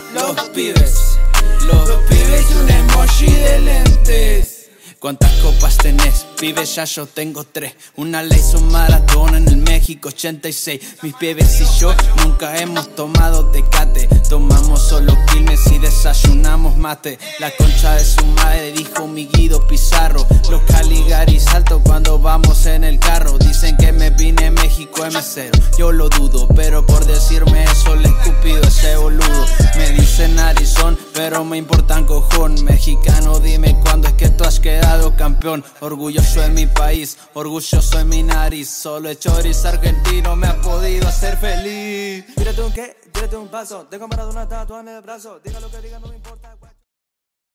y un emoji de lentes. ¿Cuántas copas tenés? Pibes, ya yo tengo 3. Una la hizo Maradona en el México 86. Mis pibes y yo nunca hemos tomado Tecate. Tomamos solo Quilmes y desayunamos mate. La concha de su madre dijo mi Guido Pizarro. Los Caligari salto cuando vamos en el carro. Dicen que me vine a México M0. Yo lo dudo, pero por decirme eso le he escupido a ese boludo. Me dicen Arizón, pero me importan cojón. Mexicano, dime cuándo es que tú has quedado campeón. Orgulloso de mi país, orgulloso de mi nariz. Solo el chorizo argentino me ha podido hacer feliz. Tírate un qué, tírate un paso. Tengo Maradona tatuado en el brazo. Diga lo que diga, no me importa.